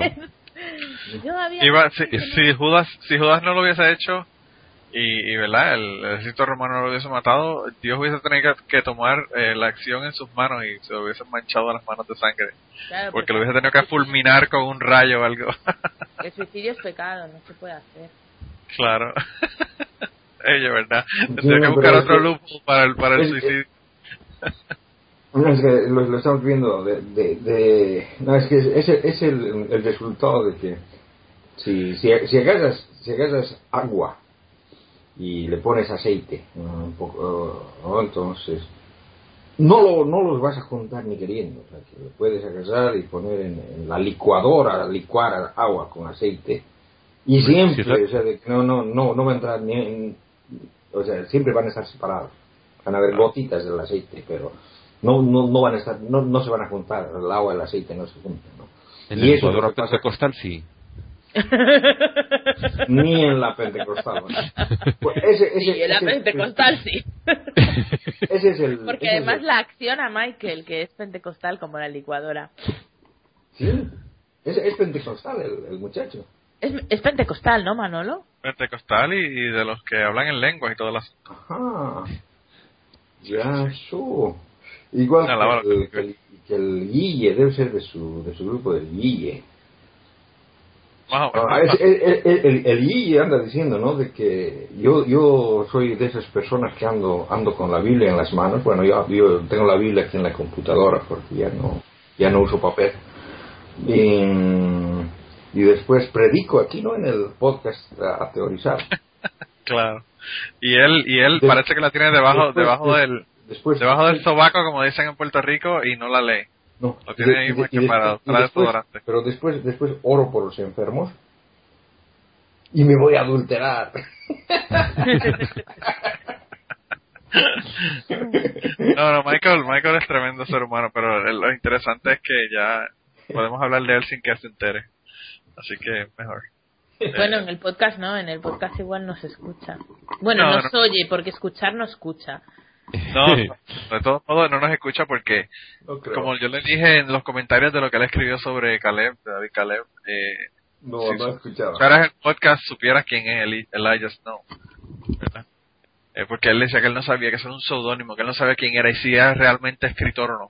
Si Judas no lo hubiese hecho y verdad, el ejército romano no lo hubiese matado, Dios hubiese tenido que tomar la acción en sus manos y se hubiesen manchado las manos de sangre, claro, porque lo hubiese tenido que fulminar con un rayo o algo. El suicidio es pecado, no se puede hacer. Claro. Ella, verdad, tendría que buscar otro lupo para el suicidio. No, es que lo estamos viendo no, es que es el resultado de que si agarras agua y le pones aceite un poco, entonces no los vas a juntar ni queriendo, o sea, que lo puedes agarrar y poner en la licuadora, licuar agua con aceite y siempre, o sea, no va a entrar o sea, siempre van a estar separados, van a haber gotitas del aceite, pero no van a estar, no se van a juntar, el agua y el aceite no se juntan, ¿no? En el licuadora pentecostal sí. Ni en la pentecostal. Pues en la pentecostal sí. Ese es el. Porque además la acciona Michael, que es pentecostal como la licuadora. Sí, es pentecostal el muchacho. Es pentecostal, ¿no, Manolo? Pentecostal y de los que hablan en lenguas y todas las. Ajá. Ya, igual que el Guille, debe ser de su grupo del Guille. El Guille anda diciendo, ¿no? De que yo soy de esas personas que ando con la Biblia en las manos. Bueno, yo tengo la Biblia aquí en la computadora porque ya no uso papel. Y después predico aquí, ¿no? En el podcast a teorizar. Claro. Y él parece que la tiene debajo del sobaco, como dicen en Puerto Rico, y no la lee. No, lo tiene ahí más que para desodorante. Pero después oro por los enfermos y me voy a adulterar. No, Michael es tremendo ser humano, pero lo interesante es que ya podemos hablar de él sin que se entere. Así que mejor. Bueno, en el podcast no, en el podcast igual no se escucha. Bueno, no se oye, porque escuchar no escucha. No, de todos modos no nos escucha porque, como yo le dije en los comentarios de lo que él escribió sobre David Caleb, no escuchaba. Si escucharas el podcast, supieras quién es Elijah Snow, ¿verdad? Porque él decía que él no sabía, que eso era un seudónimo, que él no sabía quién era y si era realmente escritor o no.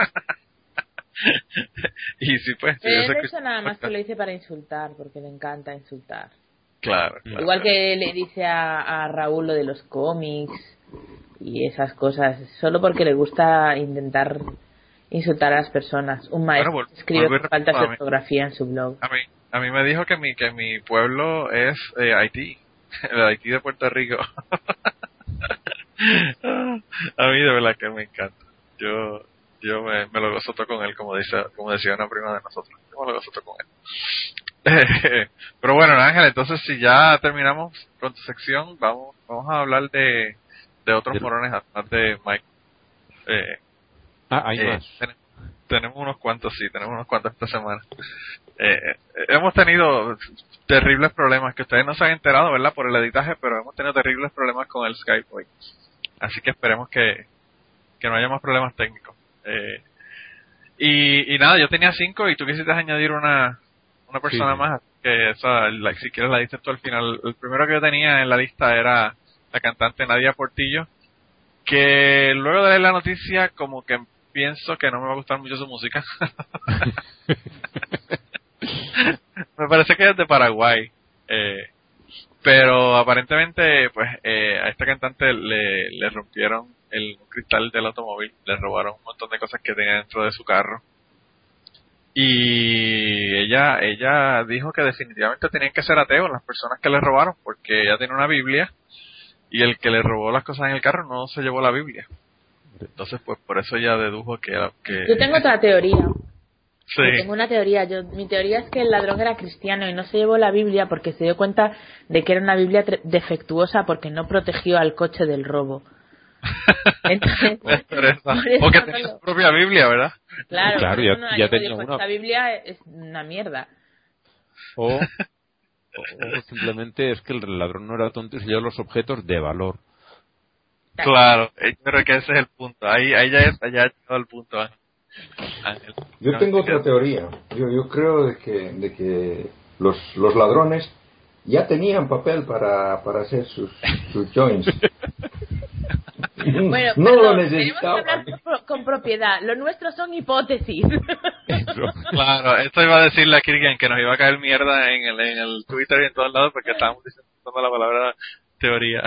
Y sí, pues. Pero eso nada más que lo dice para insultar, porque le encanta insultar. Claro. Igual que le dice a Raúl lo de los cómics y esas cosas, solo porque le gusta intentar insultar a las personas. Un maestro escribe con faltas de ortografía en su blog. A mí me dijo que mi pueblo es Haití, el Haití de Puerto Rico. A mí de verdad que me encanta. Yo me lo gozo todo con él, como decía una prima de nosotros. Yo me lo gozo todo con él. Pero bueno, Ángel, entonces si ya terminamos con tu sección, vamos a hablar de otros morones además de Mike. Hay más. Tenemos unos cuantos esta semana. Hemos tenido terribles problemas que ustedes no se han enterado, ¿verdad? Por el editaje, pero hemos tenido terribles problemas con el Skype hoy. Así que esperemos que no haya más problemas técnicos. Y nada, yo tenía 5 y tú quisiste añadir una persona más, que esa, si quieres la dices tú al final. El primero que yo tenía en la lista era la cantante Nadia Portillo, que luego de leer la noticia como que pienso que no me va a gustar mucho su música. Me parece que es de Paraguay, pero aparentemente pues a esta cantante le rompieron el cristal del automóvil, le robaron un montón de cosas que tenía dentro de su carro, y ella dijo que definitivamente tenían que ser ateos las personas que le robaron, porque ella tiene una Biblia y el que le robó las cosas en el carro no se llevó la Biblia. Entonces pues por eso ella dedujo que yo tengo otra teoría. Sí. Yo tengo una teoría. Mi teoría es que el ladrón era cristiano y no se llevó la Biblia porque se dio cuenta de que era una Biblia defectuosa porque no protegió al coche del robo. Entonces, o que tenía su propia Biblia, ¿verdad? Claro, ya tenía dijo, una. esta Biblia es una mierda. O simplemente es que el ladrón no era tonto y se llevó los objetos de valor. Claro, yo creo que ese es el punto. Ahí ya ha llegado el punto, Ángel. Yo tengo otra teoría. Yo creo de que los ladrones ya tenían papel para hacer sus joints. Bueno, no perdón, lo necesitaban. tenemos que hablar con propiedad. Lo nuestro son hipótesis. Claro, esto iba a decirle a Kirgen que nos iba a caer mierda en el Twitter y en todos lados porque estábamos diciendo la palabra teoría.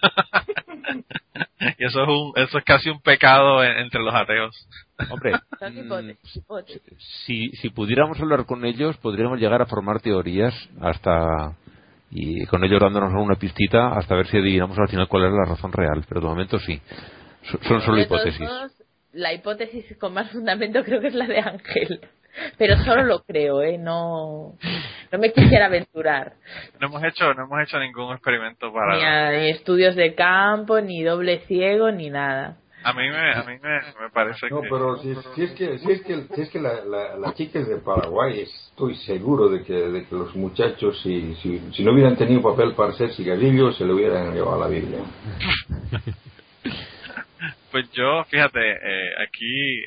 Y eso es casi un pecado entre los ateos. Hombre, Son hipótesis. Si pudiéramos hablar con ellos, podríamos llegar a formar teorías y con ellos dándonos una pistita hasta ver si adivinamos al final cuál es la razón real, pero de momento sí. Son solo hipótesis. La hipótesis con más fundamento creo que es la de Ángel. Pero solo lo creo, no me quisiera aventurar. No hemos hecho ningún experimento para ni estudios de campo, ni doble ciego, ni nada. A mí me parece no, que pero si es que la chica es de Paraguay, estoy seguro de que los muchachos si no hubieran tenido papel para hacer cigarrillos se le hubieran llevado la Biblia. Pues yo, fíjate, aquí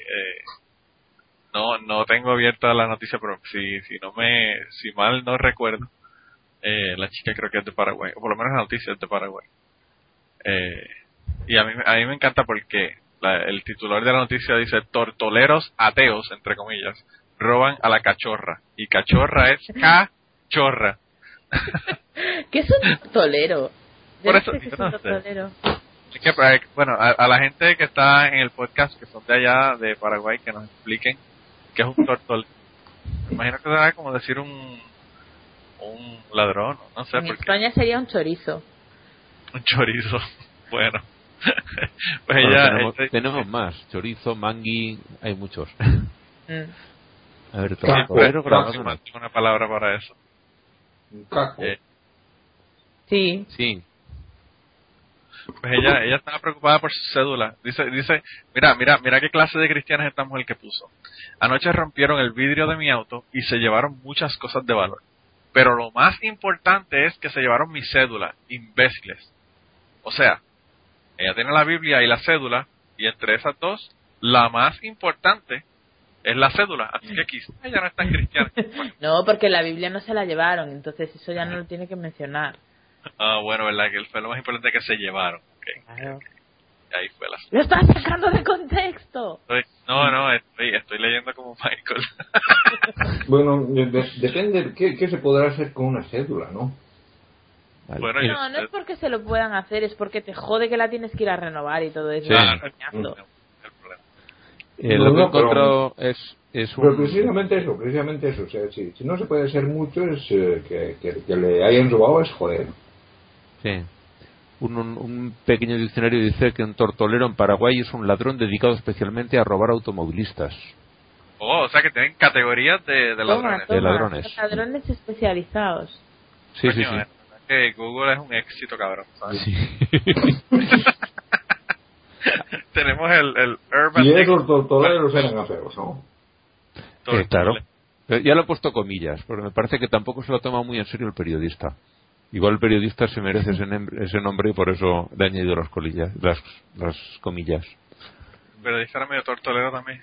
no tengo abierta la noticia, pero si mal no recuerdo, la chica creo que es de Paraguay, o por lo menos la noticia es de Paraguay. Y a mí me encanta porque el titular de la noticia dice: tortoleros ateos, entre comillas, roban a la cachorra. Y cachorra es cachorra. ¿Qué es un tortolero? Por eso, ¿Qué es un tortolero? Es que, bueno, a la gente que está en el podcast, que son de allá, de Paraguay, que nos expliquen qué es un tortolero. Me imagino que será como decir un ladrón, no sé. En España sería un chorizo. Un chorizo, bueno. Pues bueno, tenemos más. Chorizo, mangui, hay muchos. A ver, tortolero grabado. Una palabra para eso. Un caco. Sí. Pues ella estaba preocupada por su cédula. Dice, mira qué clase de cristiana es esta mujer que puso. Anoche rompieron el vidrio de mi auto y se llevaron muchas cosas de valor. Pero lo más importante es que se llevaron mi cédula, imbéciles. O sea, ella tiene la Biblia y la cédula, y entre esas dos, la más importante es la cédula. Así que quizá ella no es tan cristiana. No, porque la Biblia no se la llevaron, entonces eso ya no lo tiene que mencionar. Bueno, verdad que fue lo más importante que se llevaron. Claro. Ahí fue la... ¡Lo estás sacando de contexto! Estoy leyendo como Michael. Bueno, depende qué se podrá hacer con una cédula, ¿no? Vale. Bueno, no es porque se lo puedan hacer, es porque te jode que la tienes que ir a renovar y todo eso. Claro, Lo que he encontrado es pero precisamente eso. O sea, si no se puede ser mucho, es que le hayan robado es joder. Sí. Un pequeño diccionario dice que un tortolero en Paraguay es un ladrón dedicado especialmente a robar automovilistas. O sea que tienen categorías de ladrones. De ladrones. Ladrones especializados. Sí, Coño, sí. Es que Google es un éxito, cabrón, ¿sabes? Sí. Tenemos el Urban Y esos tortoleros eran aferos, ¿no? Claro. Ya lo he puesto comillas, porque me parece que tampoco se lo toma muy en serio el periodista. Igual el periodista se merece ese nombre y por eso le he añadido las comillas. El periodista era medio tortolero también.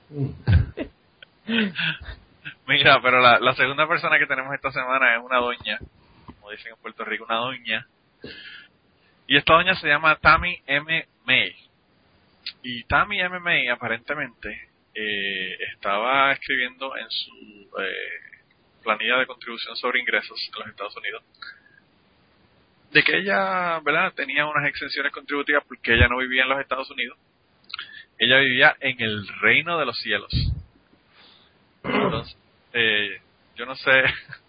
Mira, pero la segunda persona que tenemos esta semana es una doña, como dicen en Puerto Rico, una doña. Y esta doña se llama Tammy M. May. Y Tammy M. May aparentemente estaba escribiendo en su planilla de contribución sobre ingresos en los Estados Unidos de que ella, ¿verdad?, tenía unas exenciones contributivas porque ella no vivía en los Estados Unidos. Ella vivía en el reino de los cielos. Entonces, yo no sé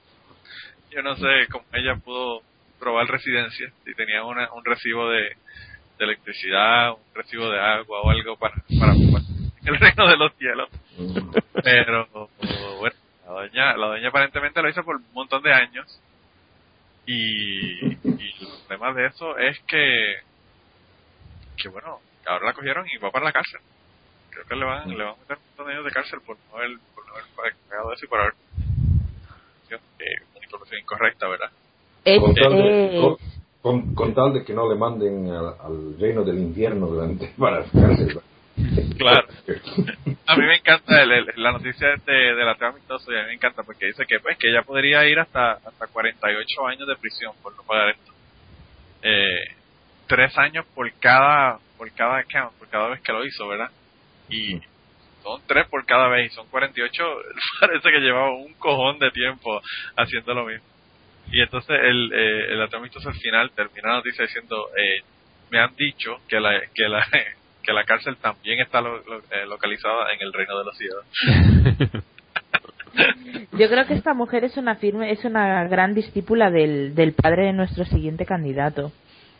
cómo ella pudo probar residencia, si tenía un recibo de electricidad, un recibo de agua o algo para el reino de los cielos. Pero bueno, la doña aparentemente lo hizo por un montón de años y el problema de eso es que bueno, ahora la cogieron y va para la cárcel. Creo que le van a meter un montón de años de cárcel por no haber pagado eso y por haber información incorrecta, ¿verdad? Con tal de que no le manden al reino del infierno para la cárcel. Claro. A mí me encanta la noticia de la trama amistosa, y a mí me encanta porque dice que pues que ella podría ir hasta 48 años de prisión por no pagar esto. 3 años por cada account, por cada vez que lo hizo, ¿verdad? Y son 3 por cada vez y son 48. Parece que llevaba un cojón de tiempo haciendo lo mismo. Y entonces el amistoso al final termina la noticia diciendo me han dicho que la cárcel también está localizada en el reino de los cielos. Yo creo que esta mujer es una gran discípula del padre de nuestro siguiente candidato.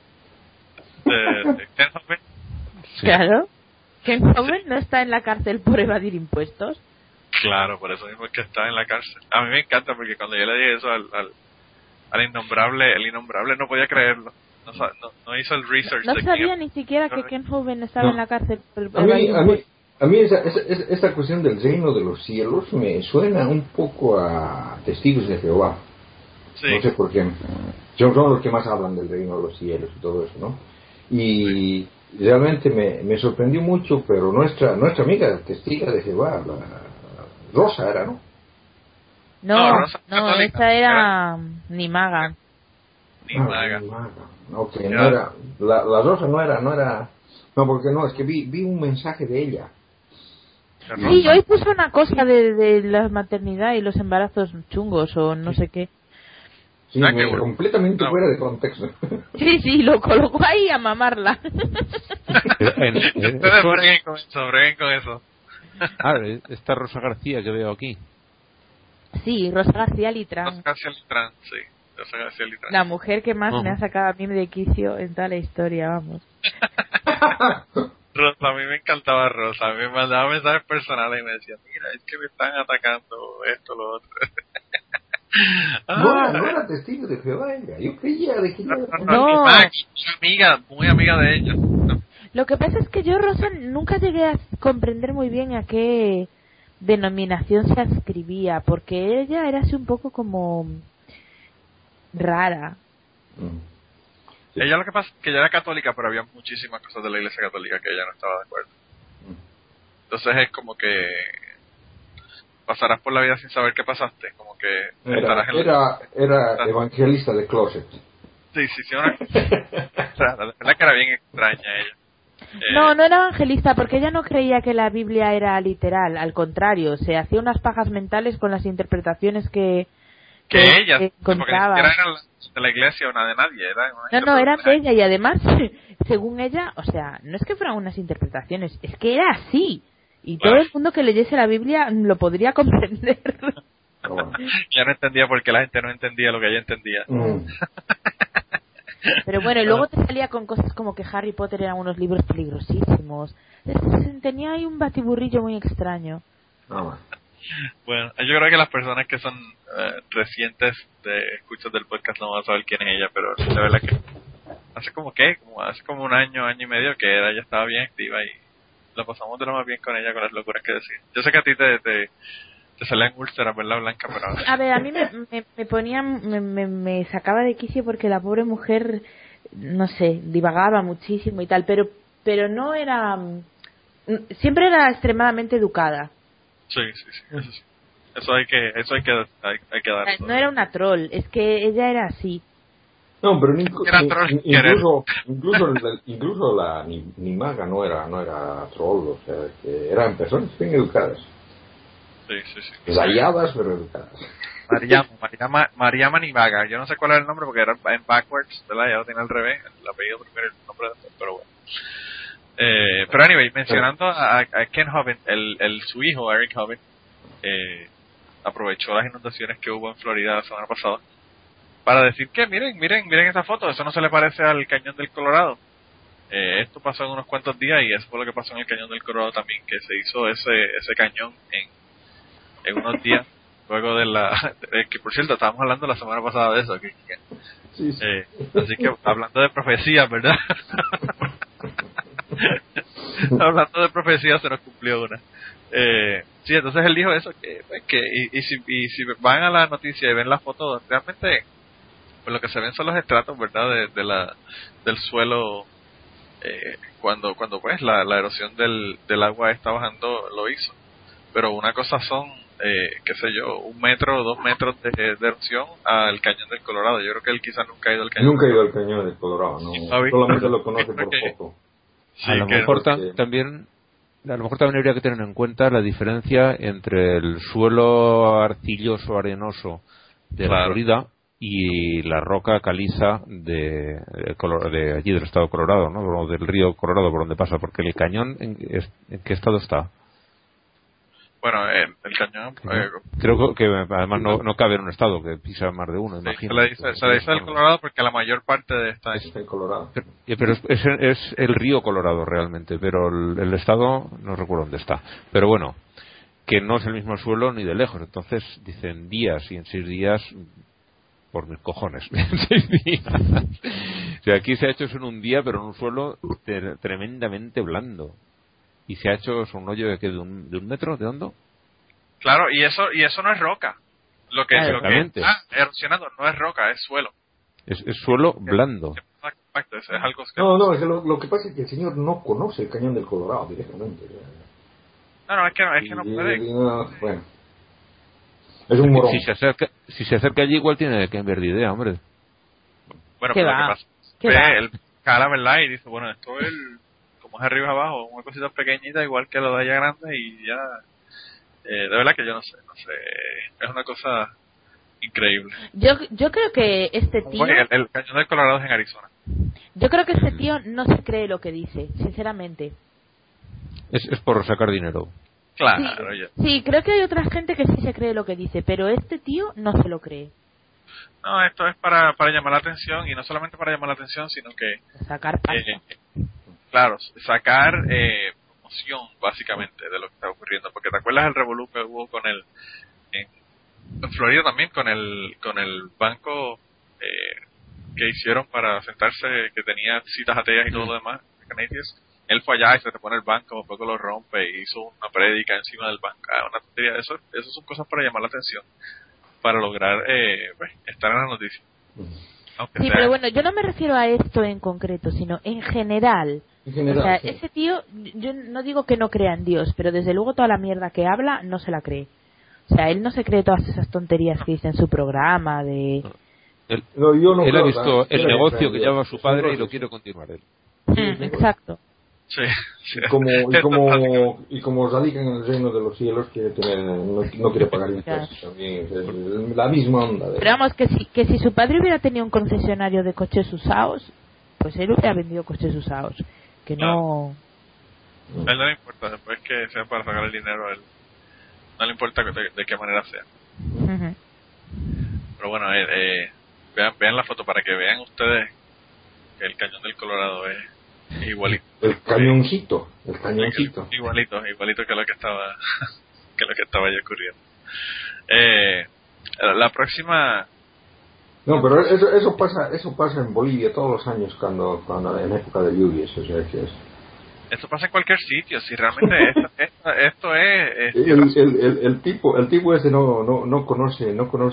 Ken Hovind. Sí. Claro. Ken Hovind no está en la cárcel por evadir impuestos. Claro, por eso mismo es que está en la cárcel. A mí me encanta porque cuando yo le dije eso al innombrable, el innombrable no podía creerlo. No hizo el research. No sabía ni siquiera que Ken Hovind estaba en la cárcel por evadir impuestos. A mí esta cuestión del reino de los cielos me suena un poco a Testigos de Jehová. Sí. No sé por qué. Son los que más hablan del reino de los cielos y todo eso, ¿no? Y realmente me sorprendió mucho, pero nuestra amiga testiga de Jehová, Rosa era, ¿no? No, Rosa esta era ni maga. Ni maga. Ok, no era, la Rosa no era, no, porque no, es que vi un mensaje de ella. Sí, hoy puso una cosa de la maternidad y los embarazos chungos o no sé qué. Sí, completamente fuera de contexto. Sí, lo colocó ahí a mamarla. Breguen con eso. Esta Rosa García que veo aquí. Sí, Rosa García Litrán. Rosa García Litrán, sí. Rosa García Litrán. La mujer que más me ha sacado a mí de quicio en toda la historia, vamos. Rosa, a mí me encantaba Rosa. A mí me mandaba mensajes personales y me decía, mira, es que me están atacando esto, lo otro. No era testigo de Jehová ella. Yo creía de que no. Muy amiga de ella. No. Lo que pasa es que yo, Rosa, nunca llegué a comprender muy bien a qué denominación se adscribía, porque ella era así un poco como rara. Sí. Ella lo que pasa es que ella era católica, pero había muchísimas cosas de la Iglesia Católica que ella no estaba de acuerdo. Entonces es como que pasarás por la vida sin saber qué pasaste, como que era evangelista de closet. Sí, la verdad que era bien extraña ella. No era evangelista, porque ella no creía que la Biblia era literal, al contrario, se hacía unas pajas mentales con las interpretaciones que ella encontraba. Porque ni siquiera era de la iglesia o nada de nadie, eran de ella, y además, según ella, o sea, no es que fueran unas interpretaciones, es que era así. Y todo el mundo que leyese la Biblia lo podría comprender. Ya no entendía por qué la gente no entendía lo que ella entendía. Pero bueno, y luego te salía con cosas como que Harry Potter eran unos libros peligrosísimos. Tenía ahí un batiburrillo muy extraño. Bueno, yo creo que las personas que son recientes de escuchas del podcast no van a saber quién es ella, pero de verdad que hace como un año y medio que ella estaba bien activa y la pasamos de lo más bien con ella, con las locuras que decía. Yo sé que a ti te salían úlceras, ¿verdad, Blanca? Pero a ver, a mí me ponía, me sacaba de quicio porque la pobre mujer, no sé, divagaba muchísimo y tal, pero no era, siempre era extremadamente educada. Sí. Eso hay que darlo. No era una troll, es que ella era así. No, pero incluso la ni maga no era troll, o sea, que eran personas bien educadas. Sí. Rayadas, pero educadas. Mariama Nivaga. Yo no sé cuál era el nombre porque era en backwards, ¿verdad? Ya lo tenía al revés, el apellido primero y el nombre después, pero bueno. Pero anyway, mencionando a Ken Hovind, su hijo, Eric Hovind, aprovechó las inundaciones que hubo en Florida la semana pasada para decir que miren esa foto, eso no se le parece al Cañón del Colorado. Esto pasó en unos cuantos días y eso fue lo que pasó en el Cañón del Colorado también, que se hizo ese cañón en unos días luego de que por cierto estábamos hablando la semana pasada de eso aquí. Sí. Así que hablando de profecías, ¿verdad? Hablando de profecías se nos cumplió una. Sí, entonces él dijo eso y si van a la noticia y ven la foto, realmente pues lo que se ven son los estratos, ¿verdad? del suelo cuando pues la erosión del agua está bajando lo hizo. Pero una cosa son qué sé yo, 1 metro o 2 metros de erosión al Cañón del Colorado. Yo creo que él quizás nunca ha ido al Cañón. Nunca he ido al Cañón del Colorado, no. Solamente lo conoce por foto. Sí, a lo mejor también habría que tener en cuenta la diferencia entre el suelo arcilloso, arenoso de la Florida y la roca caliza de allí del estado de Colorado, ¿no? O del río Colorado por donde pasa, porque el cañón ¿en qué estado está? Bueno, el cañón creo que además no cabe en un estado que pisa más de uno, imagino. Se le dice el Colorado porque la mayor parte de esta es el Colorado. Pero es el río Colorado realmente, pero el estado no recuerdo dónde está. Pero bueno, que no es el mismo suelo ni de lejos. Entonces dicen días y en 6 días, por mis cojones, en 6 días. O sea, aquí se ha hecho eso en un día, pero en un suelo tremendamente blando. Y se ha hecho un hoyo de un metro de hondo. Claro, y eso no es roca. Lo que está erosionando no es roca, es suelo. Es suelo blando. Exacto, es algo que... No, es que lo que pasa es que el señor no conoce el Cañón del Colorado directamente. No, es que no puede. Bueno. Es un morón. Si se acerca allí igual tiene que cambiar de idea, hombre. Bueno, pero lo que pasa él cala, ¿verdad? Y dice, bueno, esto es como es arriba y abajo, una cosita pequeñita igual que lo de allá grande y ya de verdad que yo no sé, es una cosa increíble. Yo creo que este tío, el Cañón del Colorado es en Arizona. Yo creo que este tío no se cree lo que dice, sinceramente. Es por sacar dinero. Claro. Sí, creo que hay otra gente que sí se cree lo que dice, pero este tío no se lo cree. No, esto es para llamar la atención, y no solamente para llamar la atención, sino que sacar pasta. Claro, sacar promoción básicamente de lo que está ocurriendo, porque te acuerdas el revolú que hubo con en Florida también con el banco que hicieron para sentarse, que tenía citas ateas y todo lo demás, él fue allá y se te pone el banco, poco lo rompe y hizo una prédica encima del banco, una tontería. Eso son cosas para llamar la atención, para lograr estar en la noticia. Sí, pero bueno, yo no me refiero a esto en concreto, sino en general. O sea, sí. Ese tío, yo no digo que no crea en Dios, pero desde luego toda la mierda que habla no se la cree. O sea, él no se cree todas esas tonterías que dice en su programa de... Él ha visto el negocio que lleva su padre y lo quiere continuar él. Exacto. Sí. Y como radica en el reino de los cielos, quiere tener, no quiere pagar impuestos también, la misma onda. Pero vamos, que si su padre hubiera tenido un concesionario de coches usados, pues él hubiera vendido coches usados, que no... A él no le importa, después que sea para sacar el dinero, a él no le importa de qué manera sea. Ujú. Pero bueno, vean la foto para que vean ustedes que el Cañón del Colorado es igualito. El cañoncito. Igualito que lo que estaba ya ocurriendo. La próxima... No, pero eso pasa en Bolivia todos los años cuando en época de lluvias, o sea que es... Esto pasa en cualquier sitio, si realmente esto es el tipo ese no conoce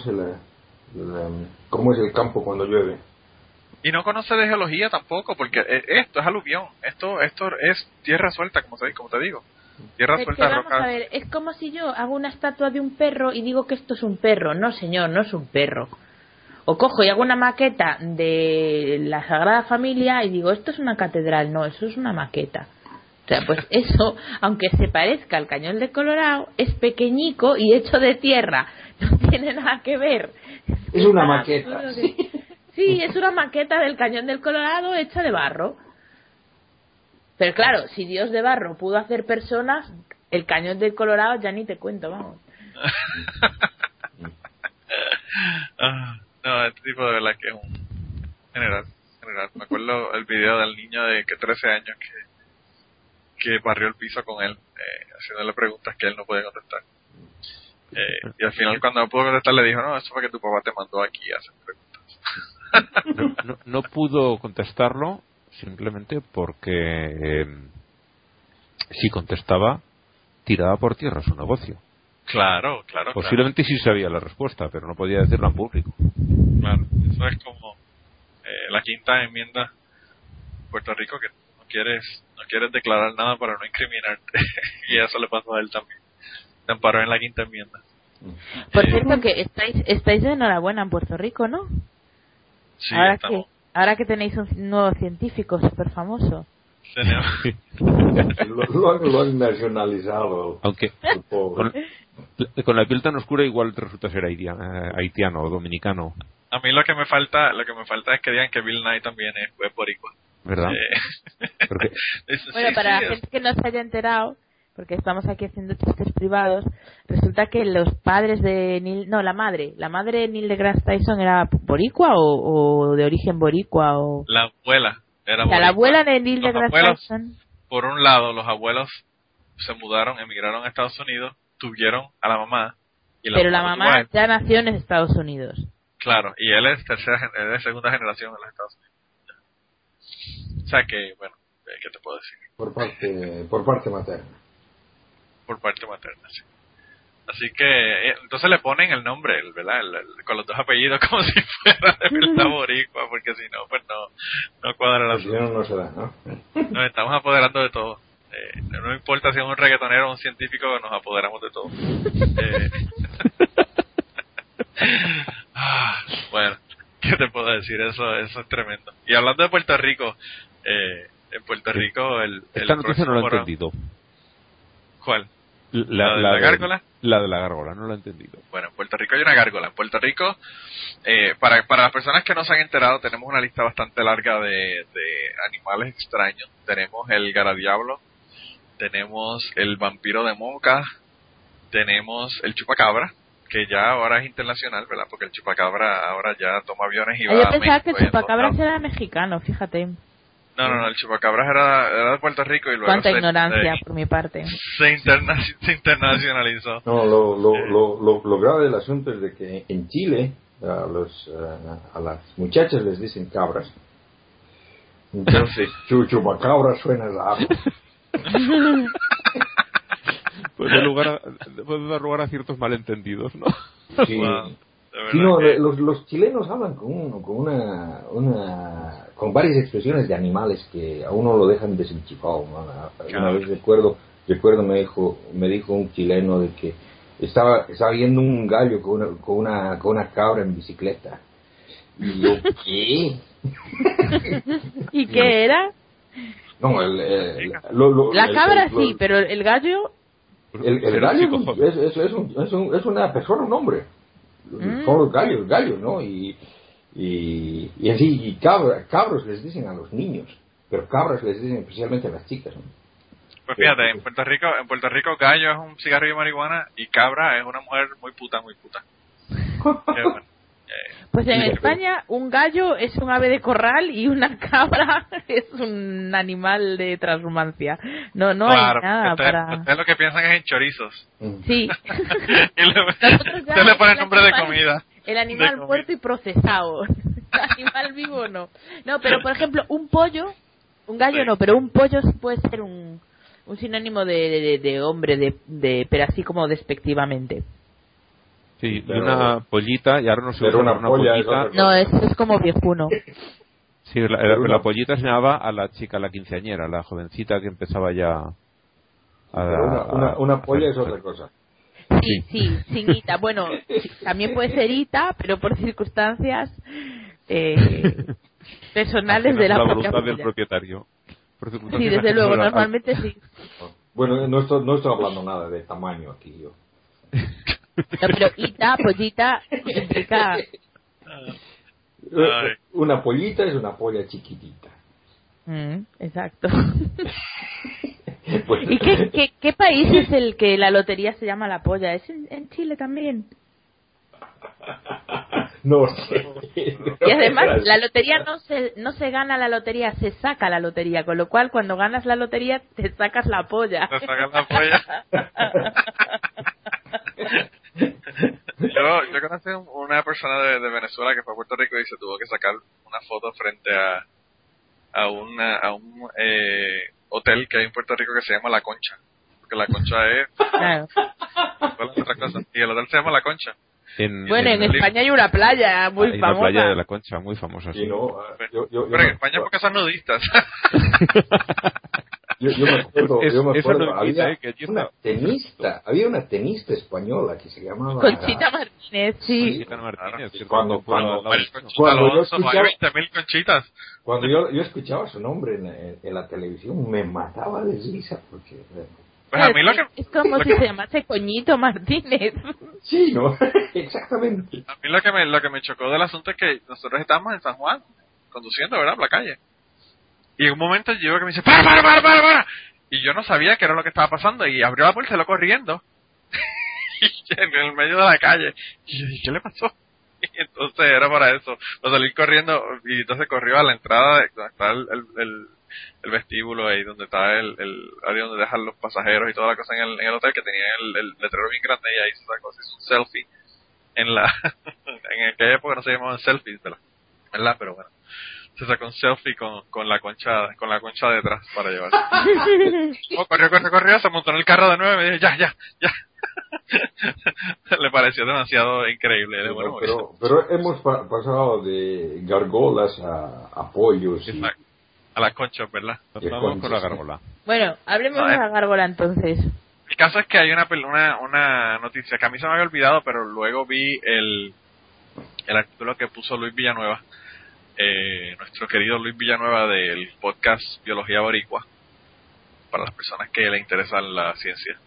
cómo es el campo cuando llueve. y no conoce de geología tampoco, porque esto es aluvión, esto es tierra suelta, como te digo, tierra Es que suelta, vamos roca. a ver, es como si yo hago una estatua de un perro y digo que esto es un perro. No, señor, no es un perro. O cojo y hago una maqueta de la Sagrada Familia y digo, esto es una catedral. No, eso es una maqueta. O sea, pues eso, aunque se parezca al Cañón de Colorado, es pequeñico y hecho de tierra. No tiene nada que ver. Es una maqueta. Sí, es una maqueta del Cañón del Colorado hecha de barro. Pero claro, si Dios de barro pudo hacer personas, el Cañón del Colorado ya ni te cuento, vamos. No, este tipo de verdad que es un general. Me acuerdo el video del niño de 13 años que barrió el piso con él, haciéndole preguntas que él no podía contestar. Y al final, cuando no pudo contestar, le dijo, no, eso fue que tu papá te mandó aquí a hacer preguntas. No pudo contestarlo simplemente porque si contestaba, tiraba por tierra su negocio. Claro. Posiblemente sí sabía la respuesta, pero no podía decirlo en público. Claro, eso es como la quinta enmienda en Puerto Rico, que no quieres declarar nada para no incriminarte. Y eso le pasó a él también. Se amparó en la quinta enmienda. Por cierto, que estáis de enhorabuena en Puerto Rico, ¿no? Sí, ahora que tenéis un nuevo científico súper famoso. Lo han nacionalizado. Aunque con la piel tan oscura igual resulta ser haitiano o dominicano. A mí lo que me falta es que digan que Bill Nye también es boricua. ¿Verdad? Bueno, para la gente que no se haya enterado, porque estamos aquí haciendo chistes privados, resulta que los padres de Neil, no, la madre de Neil deGrasse Tyson era boricua o de origen boricua o... La abuela era boricua. La abuela de Neil deGrasse Tyson. Por un lado, los abuelos se emigraron a Estados Unidos, tuvieron a la mamá. Pero la mamá ya nació en Estados Unidos. Claro, y él es segunda generación en los Estados Unidos. O sea que, bueno, ¿qué te puedo decir? Por parte materna. Por parte materna, sí. Así que, entonces le ponen el nombre, ¿verdad? Con los dos apellidos como si fuera de verdad boricua, porque si no, pues no cuadra la situación. No se da, ¿no? Nos estamos apoderando de todo. No importa si es un reggaetonero o un científico, nos apoderamos de todo. Bueno, ¿qué te puedo decir? Eso es tremendo. Y hablando de Puerto Rico, en Puerto Rico esta noticia no lo he entendido. ¿Cuál? ¿La de la gárgola? La de la gárgola, no lo he entendido. Bueno, en Puerto Rico hay una gárgola. En Puerto Rico, para las personas que no se han enterado, tenemos una lista bastante larga de animales extraños. Tenemos el garadiablo, tenemos el vampiro de Moca, tenemos el chupacabra, que ya ahora es internacional, ¿verdad? Porque el chupacabra ahora ya toma aviones y va a México. Yo pensaba que el chupacabra era mexicano, fíjate. No, el chupacabra era de Puerto Rico y luego cuánta ignorancia por mi parte. Se internacionalizó. No, lo grave del asunto es de que en Chile a las muchachas les dicen cabras. Entonces chupacabra suena raro. Puede dar lugar a ciertos malentendidos, ¿no? Sí. Sí, no, los chilenos hablan con varias expresiones de animales que a uno lo dejan desenchifado, ¿no? Una vez recuerdo me dijo un chileno de que estaba viendo un gallo con una cabra en bicicleta. Y yo, ¿qué? ¿Y qué era? No, la cabra sí, pero el gallo... El gallo es una persona, un hombre. Son los gallos, ¿no? Y así, cabros les dicen a los niños, pero cabras les dicen especialmente a las chicas, ¿no? Pues fíjate, en Puerto Rico gallo es un cigarrillo de marihuana y cabra es una mujer muy puta. Qué bueno. Pues en España un gallo es un ave de corral y una cabra es un animal de transhumancia. No Claro, hay nada ustedes lo que piensan es en chorizos. Sí. Usted le pone nombre de comida. El animal muerto y procesado. El animal vivo no. No, pero por ejemplo, un pollo, un gallo no, pero un pollo sí puede ser un sinónimo de hombre, pero así como despectivamente. Sí, pero, y una pollita, y ahora no se usa una pollita. No, es como viejuno. Sí, la pollita se llamaba a la chica, la quinceañera, la jovencita que empezaba ya una polla es otra cosa. Sí, sin ita. Bueno, sí, también puede ser ita, pero por circunstancias personales de la voluntad del propietario. Sí, desde luego, normalmente sí. Bueno, no estoy hablando nada de tamaño aquí yo. No, pero ita, pollita, implica... Una pollita es una polla chiquitita. Exacto. Pues, ¿Y qué país es el que la lotería se llama La Polla? ¿Es en Chile también? No sé. Y además la lotería no se gana la lotería, se saca la lotería, con lo cual cuando ganas la lotería te sacas la polla. Te sacas la polla. Yo conocí una persona de Venezuela que fue a Puerto Rico y se tuvo que sacar una foto frente a un hotel que hay en Puerto Rico que se llama La Concha, porque La Concha es claro. otra cosa, y el hotel se llama La Concha. En España hay una playa muy famosa. Una playa de La Concha muy famosa. Sí. Pero en España porque son nudistas. Yo me acuerdo, había una tenista española que se llamaba Conchita Martínez, sí. Conchita Martínez, cuando yo escuchaba 20.000 conchitas. Cuando yo escuchaba su nombre en la televisión me mataba de risa porque pues a mí es como si se llamase Coñito Martínez. Sí, ¿no? Exactamente. A mí lo que me chocó del asunto es que nosotros estábamos en San Juan conduciendo, ¿verdad? Por la calle. Y en un momento llegó que me dice, ¡para! Y yo no sabía qué era lo que estaba pasando. Y abrió la puerta y se lo corriendo. Y en el medio de la calle. Y yo dije, ¿qué le pasó? Y entonces era para eso. O salí corriendo y entonces corrió a la entrada donde está el vestíbulo ahí, donde está el área donde dejan los pasajeros y toda la cosa en el hotel, que tenía el letrero bien grande, y ahí se sacó un selfie. En aquella época no se llamaban selfies, ¿verdad? Pero bueno. Se sacó un selfie con la concha detrás para llevarse. Corrió, se montó en el carro de nuevo y me dijo, ya. Le pareció demasiado increíble. Pero hemos pasado de gargolas a pollos. A las conchas, ¿verdad? Vamos con la gárgola. Bueno, hablemos de la gárgola entonces. El caso es que hay una noticia que a mí se me había olvidado, pero luego vi el artículo que puso Luis Villanueva. Nuestro querido Luis Villanueva del podcast Biología Boricua, para las personas que le interesan la ciencia,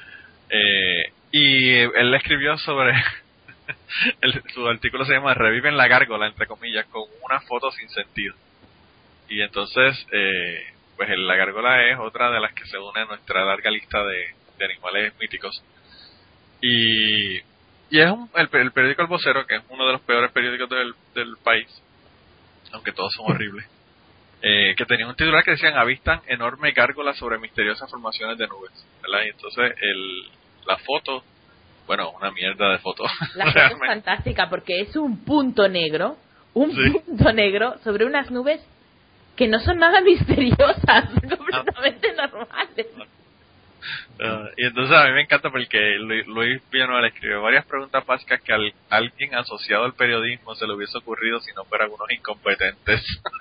y él escribió sobre su artículo se llama Reviven la gárgola, entre comillas, con una foto sin sentido. Y entonces pues la gárgola es otra de las que se une a nuestra larga lista de animales míticos, y es el periódico El Vocero, que es uno de los peores periódicos del país, aunque todos son horribles, que tenía un titular que decían avistan enorme gárgola sobre misteriosas formaciones de nubes, ¿verdad? Y entonces la foto, bueno, una mierda de foto. La foto es fantástica porque es un punto negro sobre unas nubes que no son nada misteriosas, completamente normales. Y entonces a mí me encanta porque Luis Villanueva le escribió varias preguntas básicas que a alguien asociado al periodismo se le hubiese ocurrido si no fueran unos incompetentes.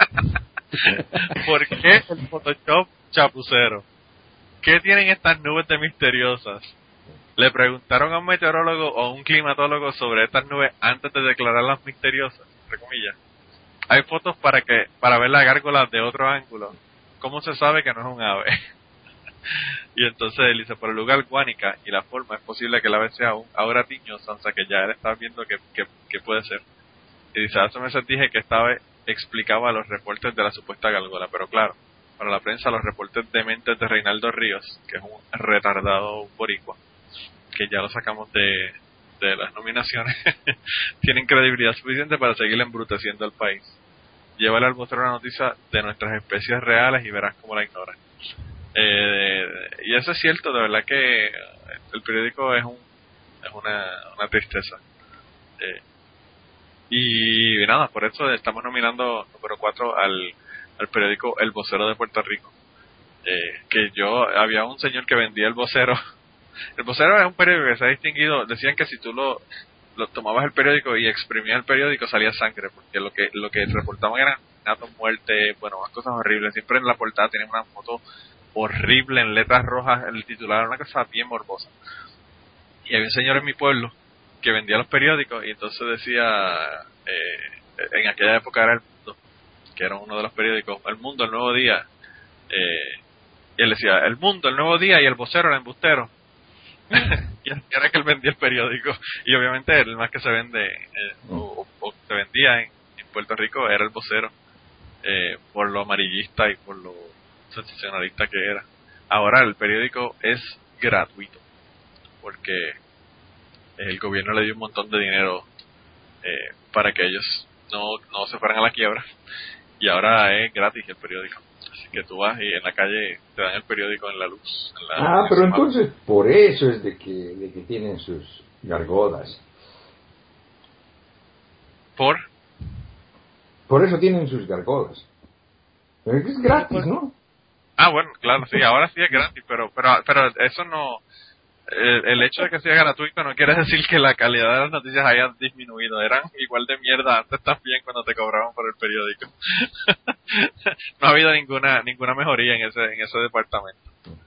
¿Por qué el Photoshop chapucero? ¿Qué tienen estas nubes de misteriosas? Le preguntaron a un meteorólogo o a un climatólogo sobre estas nubes antes de declararlas misteriosas, entre comillas. Hay fotos para ver la gárgola de otro ángulo. ¿Cómo se sabe que no es un ave? Y entonces él dice, por el lugar guánica y la forma es posible que el ave sea un auratiño, sansa que ya él está viendo que puede ser. Y dice, hace meses dije que esta ave explicaba los reportes de la supuesta gárgola, pero claro, la prensa los reportes dementes de Reinaldo Ríos, que es un retardado boricua, que ya lo sacamos de las nominaciones, tienen credibilidad suficiente para seguir embruteciendo al país. Llévale al vocero la noticia de nuestras especies reales y verás cómo la ignoran. Y eso es cierto, de verdad que el periódico es una tristeza. Y nada, por eso estamos nominando número 4 al periódico El Vocero de Puerto Rico. Que había un señor que vendía El Vocero. El Vocero es un periódico que se ha distinguido. Decían que si tú lo tomabas el periódico y exprimías el periódico salía sangre, porque lo que reportaban eran asesinatos, muertes, bueno, más cosas horribles. Siempre en la portada tenían una foto horrible en letras rojas, el titular era una cosa bien morbosa. Y había un señor en mi pueblo que vendía los periódicos y entonces decía, en aquella época era El Mundo, que era uno de los periódicos, El Mundo, El Nuevo Día, y él decía, El Mundo, El Nuevo Día, y El Vocero, El Embustero. Y era que él vendía el periódico, y obviamente el más que se vende o se vendía en Puerto Rico era El Vocero, por lo amarillista y por lo sensacionalista que era. Ahora el periódico es gratuito porque el gobierno le dio un montón de dinero para que ellos no se fueran a la quiebra, y ahora es gratis el periódico. Así que tú vas y en la calle te dan el periódico en la luz. Pero entonces por eso es de que tienen sus gargodas. Por eso tienen sus gargodas. Pero es gratis, ¿no? Bueno, claro, sí, ahora sí es gratis, pero eso no... El hecho de que sea gratuito no quiere decir que la calidad de las noticias haya disminuido. Eran igual de mierda antes también cuando te cobraban por el periódico. No ha habido ninguna mejoría en ese departamento.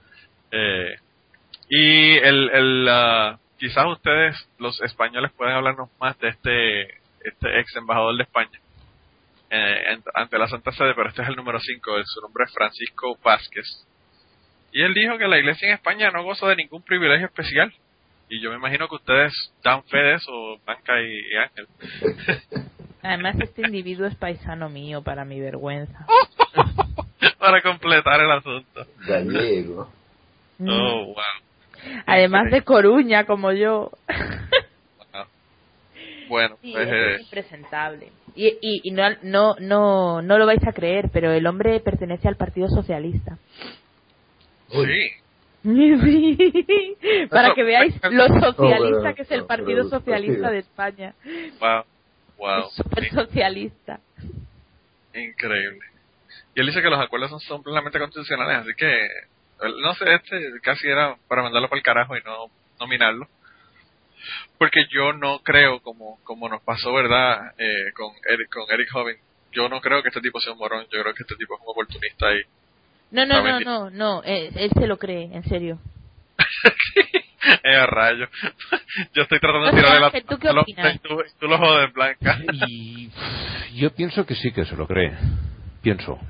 Y quizás ustedes, los españoles, pueden hablarnos más de este ex embajador de España ante la Santa Sede, pero este es el número 5, su nombre es Francisco Vázquez. Y él dijo que la iglesia en España no goza de ningún privilegio especial. Y yo me imagino que ustedes dan fe de eso, Blanca y Ángel. Además, este individuo es paisano mío, para mi vergüenza. Para completar el asunto. Gallego. Oh, wow. Además de Coruña, como yo. Wow. Bueno, sí, pues, es impresentable. Y no lo vais a creer, pero el hombre pertenece al Partido Socialista. Sí. Sí. Para que veáis lo socialista que es el Partido Socialista de España. Wow. Es súper socialista. Increíble. Y él dice que los acuerdos son plenamente constitucionales, así que no sé, casi era para mandarlo para el carajo y no nominarlo. Porque yo no creo, como nos pasó, ¿verdad? Con Eric Hovind, yo no creo que este tipo sea un morón, yo creo que este tipo es un oportunista y No, él se lo cree, en serio. Rayo. Yo estoy tratando de tirarle la... ¿Tú qué opinas? Tú lo jodes, Blanca. Y yo pienso que sí que se lo cree. Pienso.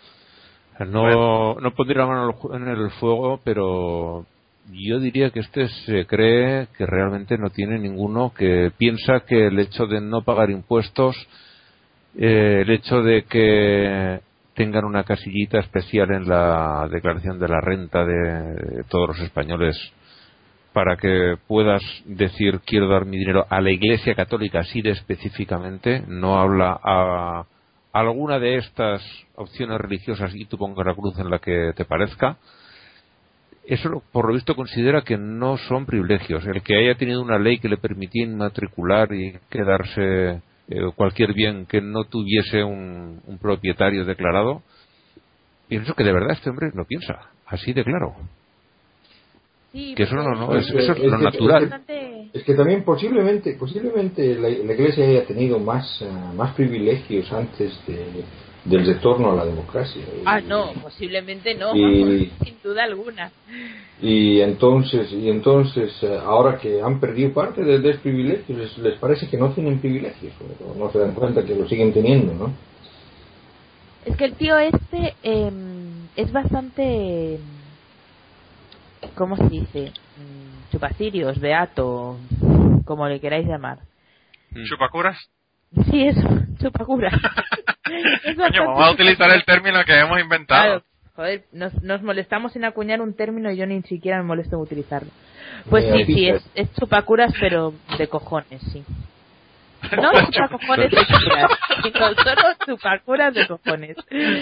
No pondría la mano en el fuego, pero yo diría que se cree que realmente no tiene ninguno, que piensa que el hecho de no pagar impuestos, el hecho de que tengan una casillita especial en la declaración de la renta de todos los españoles para que puedas decir quiero dar mi dinero a la Iglesia Católica así de específicamente, no habla a alguna de estas opciones religiosas y tú pongas la cruz en la que te parezca. Eso por lo visto considera que no son privilegios. El que haya tenido una ley que le permitía inmatricular y quedarse cualquier bien que no tuviese un propietario declarado, pienso que de verdad este hombre no piensa así de claro. Sí, que eso eso es lo natural. Es que también posiblemente la Iglesia haya tenido más privilegios antes del retorno a la democracia. No, posiblemente no, sin duda alguna. Y entonces ahora que han perdido parte de esos privilegios, les parece que no tienen privilegios, pero no se dan cuenta que lo siguen teniendo, ¿no? Es que el tío es bastante, ¿cómo se dice? Chupacirios, beato, como le queráis llamar. ¿Chupacuras? Sí, eso, chupacuras. Coño, vamos a utilizar el término que hemos inventado. Joder, nos molestamos en acuñar un término y yo ni siquiera me molesto en utilizarlo. Pues sí, es chupacuras, pero de cojones, sí. No chupacojones de curas, sino solo chupacuras de cojones.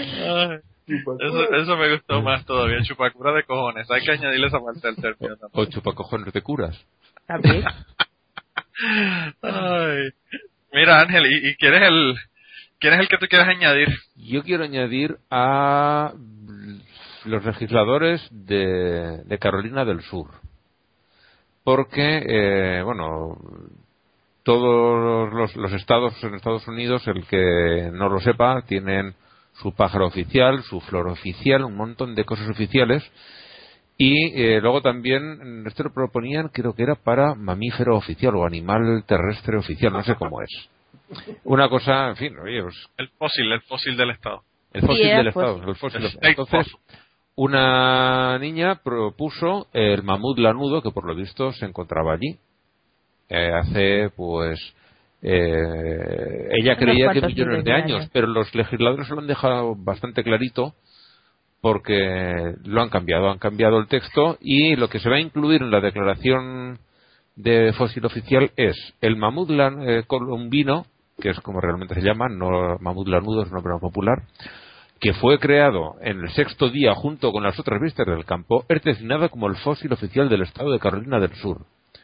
Eso me gustó más todavía, chupacura de cojones. Hay que añadirle esa parte al término también. O chupacojones de curas. ¿También? Ay. Mira, Ángel, ¿y quién es el que tú quieres añadir? Yo quiero añadir a los legisladores de Carolina del Sur. Porque, todos los estados en Estados Unidos, el que no lo sepa, tienen su pájaro oficial, su flor oficial, un montón de cosas oficiales. Y luego también, esto lo proponían, creo que era para mamífero oficial o animal terrestre oficial, no sé cómo es. Una cosa, en fin, oye, pues, el fósil del Estado. El fósil Sí, del Estado. El fósil. Entonces, una niña propuso el mamut lanudo, que por lo visto se encontraba allí. Hace, ella creía que millones de años, pero los legisladores lo han dejado bastante clarito, porque lo han cambiado el texto, y lo que se va a incluir en la declaración de fósil oficial es el mamut colombino, que es como realmente se llama, no mamut lanudo, es un nombre popular, que fue creado en el sexto día junto con las otras bestias del campo, es designado como el fósil oficial del estado de Carolina del Sur.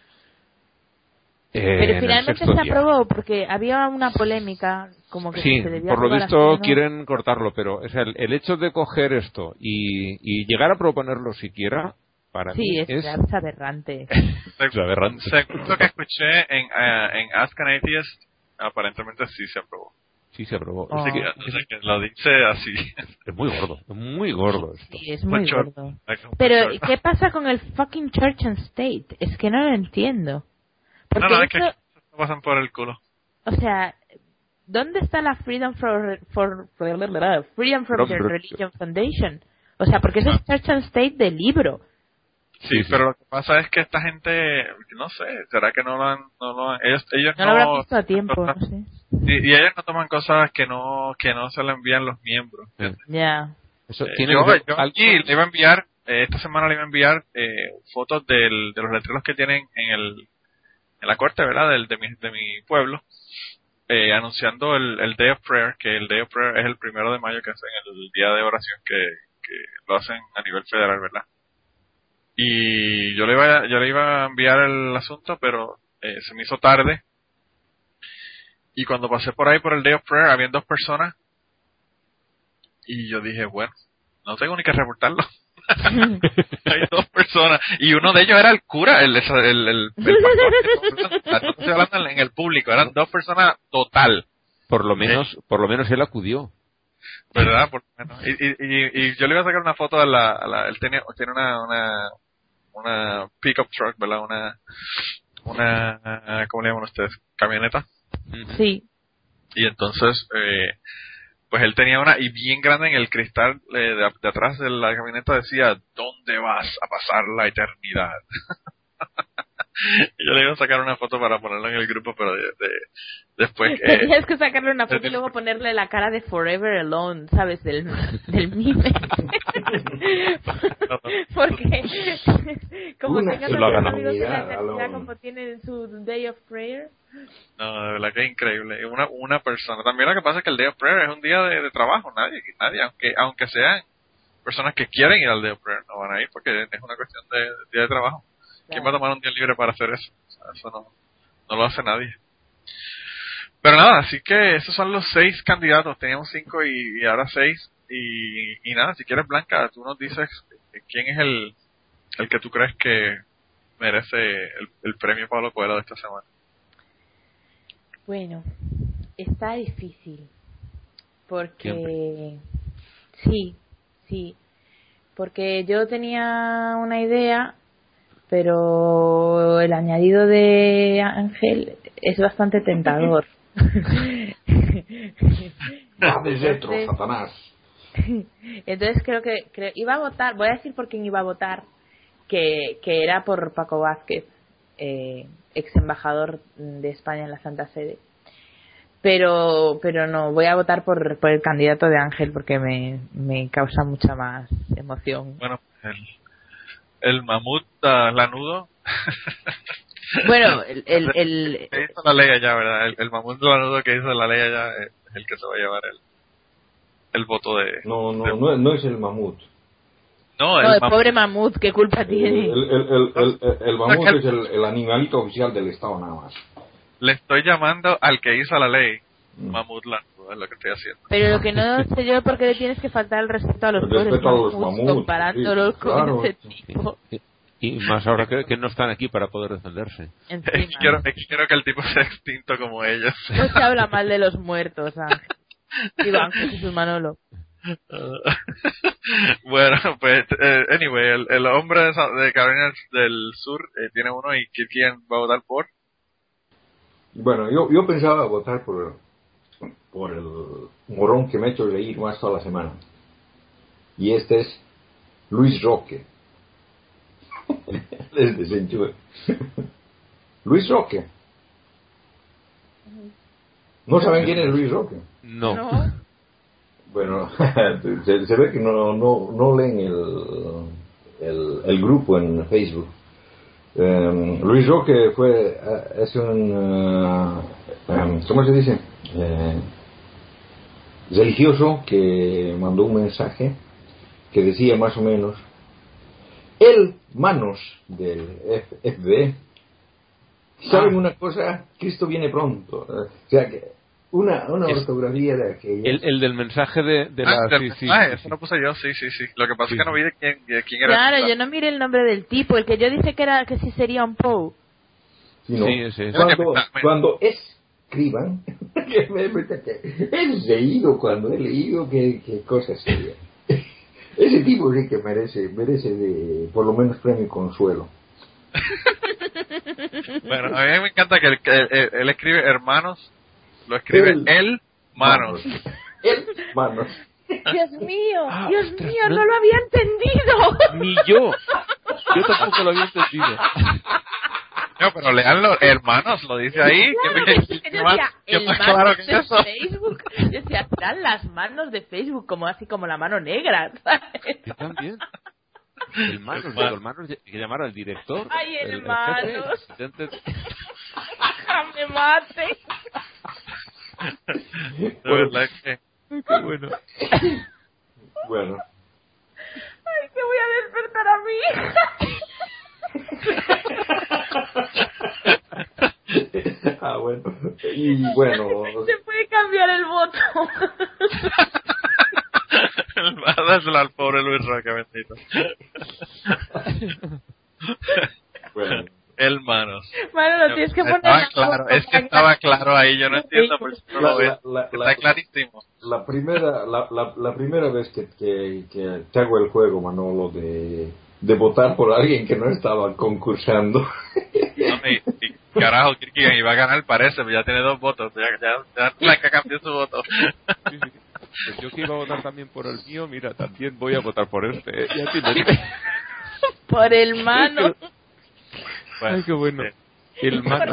Pero finalmente se aprobó porque había una polémica como que sí, se debía por lo aprobar visto así, ¿no? quieren cortarlo, pero o sea, el hecho de coger esto y llegar a proponerlo siquiera, para mí es aberrante. Según lo que escuché en Ask an Atheist, aparentemente sí se aprobó. Sí se aprobó. Así que lo dice así. Es muy gordo esto. Sí, es muy gordo. Pero ¿qué pasa con el fucking Church and State? Es que no lo entiendo. Porque no, es que se pasan por el culo. O sea, ¿dónde está la Freedom from the Religion Foundation? O sea, porque eso es Church and State del libro. Sí, pero lo que pasa es que esta gente, no sé, será que no lo han ellos no lo habrán visto a tiempo, no sé. Y ellos no toman cosas que no se le envían los miembros. Ya. Yo aquí le iba a enviar, esta semana le iba a enviar fotos de los letreros que tienen en la corte, ¿verdad? De mi pueblo, anunciando el Day of Prayer, que el Day of Prayer es el 1 de mayo, que hacen el día de oración que lo hacen a nivel federal, ¿verdad? Y yo le iba a enviar el asunto, pero se me hizo tarde. Y cuando pasé por ahí por el Day of Prayer, habían 2 personas. Y yo dije, bueno, no tengo ni que reportarlo. Hay 2 personas. Y uno de ellos era el cura, el pastor. No estoy hablando en el público, eran 2 personas total. Por lo menos él acudió. ¿Verdad? Por lo menos. Y yo le iba a sacar una foto él tiene una pickup truck, ¿verdad? Una ¿cómo le llaman ustedes? Camioneta. Sí. Y entonces, pues él tenía una, y bien grande en el cristal de atrás de la camioneta decía, ¿dónde vas a pasar la eternidad? Y yo le iba a sacar una foto para ponerlo en el grupo, pero después... Tenías que sacarle una foto y luego ponerle la cara de Forever Alone, ¿sabes? Del mime. Porque como tenga tantos amigos en la eternidad como tiene en su Day of Prayer. No, de verdad que es increíble. Una persona. También lo que pasa es que el Day of Prayer es un día de trabajo. Nadie, aunque sean personas que quieren ir al Day of Prayer, no van a ir porque es una cuestión de día de trabajo. ¿Quién va a tomar un día libre para hacer eso? O sea, eso no lo hace nadie. Pero nada, así que esos son los 6 candidatos. Teníamos 5 y ahora 6. Y nada, si quieres, Blanca, tú nos dices quién es el que tú crees que merece el premio Pablo Coelho de esta semana. Bueno, está difícil. Porque... Siempre. Sí. Porque yo tenía una idea... pero el añadido de Ángel es bastante tentador. Satanás. Entonces creo que iba a votar, voy a decir por quién iba a votar, que era por Paco Vázquez, ex embajador de España en la Santa Sede. pero no, voy a votar por el candidato de Ángel porque me causa mucha más emoción. Bueno, el mamut lanudo. Bueno, que hizo la ley allá, ¿verdad? El mamut lanudo que hizo la ley allá es el que se va a llevar el voto de... No es el mamut. No, el pobre mamut, ¿qué culpa tiene? El mamut es el animalito oficial del Estado nada más. Le estoy llamando al que hizo la ley mamut lanudo, es lo que estoy haciendo. Pero lo que no sé yo es por qué le tienes que faltar el respeto a los pobres mamuts comparándolos con ese tipo. Y más ahora que no están aquí para poder defenderse. Quiero que el tipo sea extinto como ellos. No se habla mal de los muertos, Ángel. Digo, Ángel Jesús Manolo. Bueno, pues, anyway, el hombre de Carolina del Sur tiene uno y ¿quién va a votar por? Bueno, yo pensaba votar por el morón que me ha hecho reír más toda la semana. Y este es Luis Roque. Les desenchufé. Luis Roque. ¿No saben quién es Luis Roque? No. Bueno, se ve que no leen el grupo en Facebook. Luis Roque es un ¿cómo se dice? Religioso que mandó un mensaje que decía más o menos: el manos del FB, ¿saben una cosa? Cristo viene pronto. O sea que una ortografía de aquella. El del mensaje de la... Sí, eso lo puse yo, sí. Lo que pasa es que no vi de quién era. Claro, yo no miré el nombre del tipo. El que yo dije que sí sería un Poe. Sí, cuando escriban, he leído cuando he leído qué cosas sería. Ese tipo sí que merece de, por lo menos, premio Consuelo. Bueno, a mí me encanta que él escribe hermanos, lo escribe él manos. Él manos. Dios mío, no lo había entendido. Ni yo. Yo tampoco lo había entendido. No, pero leanlo, hermanos, lo dice ahí. ¿Qué más claro que eso? Facebook. Yo decía, serán las manos de Facebook, como así como la mano negra, ¿sabes? Yo también. El manos, que llamar al director. Ay, el manos. Me mate. De verdad que... Qué bueno. Bueno. Ay, que voy a despertar a mí. Bueno. Y bueno. Se puede cambiar el voto. Dáselo al pobre Luis Roque, bendito. Bueno. El manos. Bueno, lo tienes que poner. Es que estaba claro ahí, yo no entiendo por qué no lo ves. Está clarísimo. La primera vez que te hago el juego, Manolo, de votar por alguien que no estaba concursando. No, y carajo, Kirkigan iba a ganar, parece, pero ya tiene 2 votos. Ya Blanca cambió su voto. Sí. Pues yo que iba a votar también por el mío, mira, también voy a votar por este. Por el mano. Ay, qué bueno. El mano.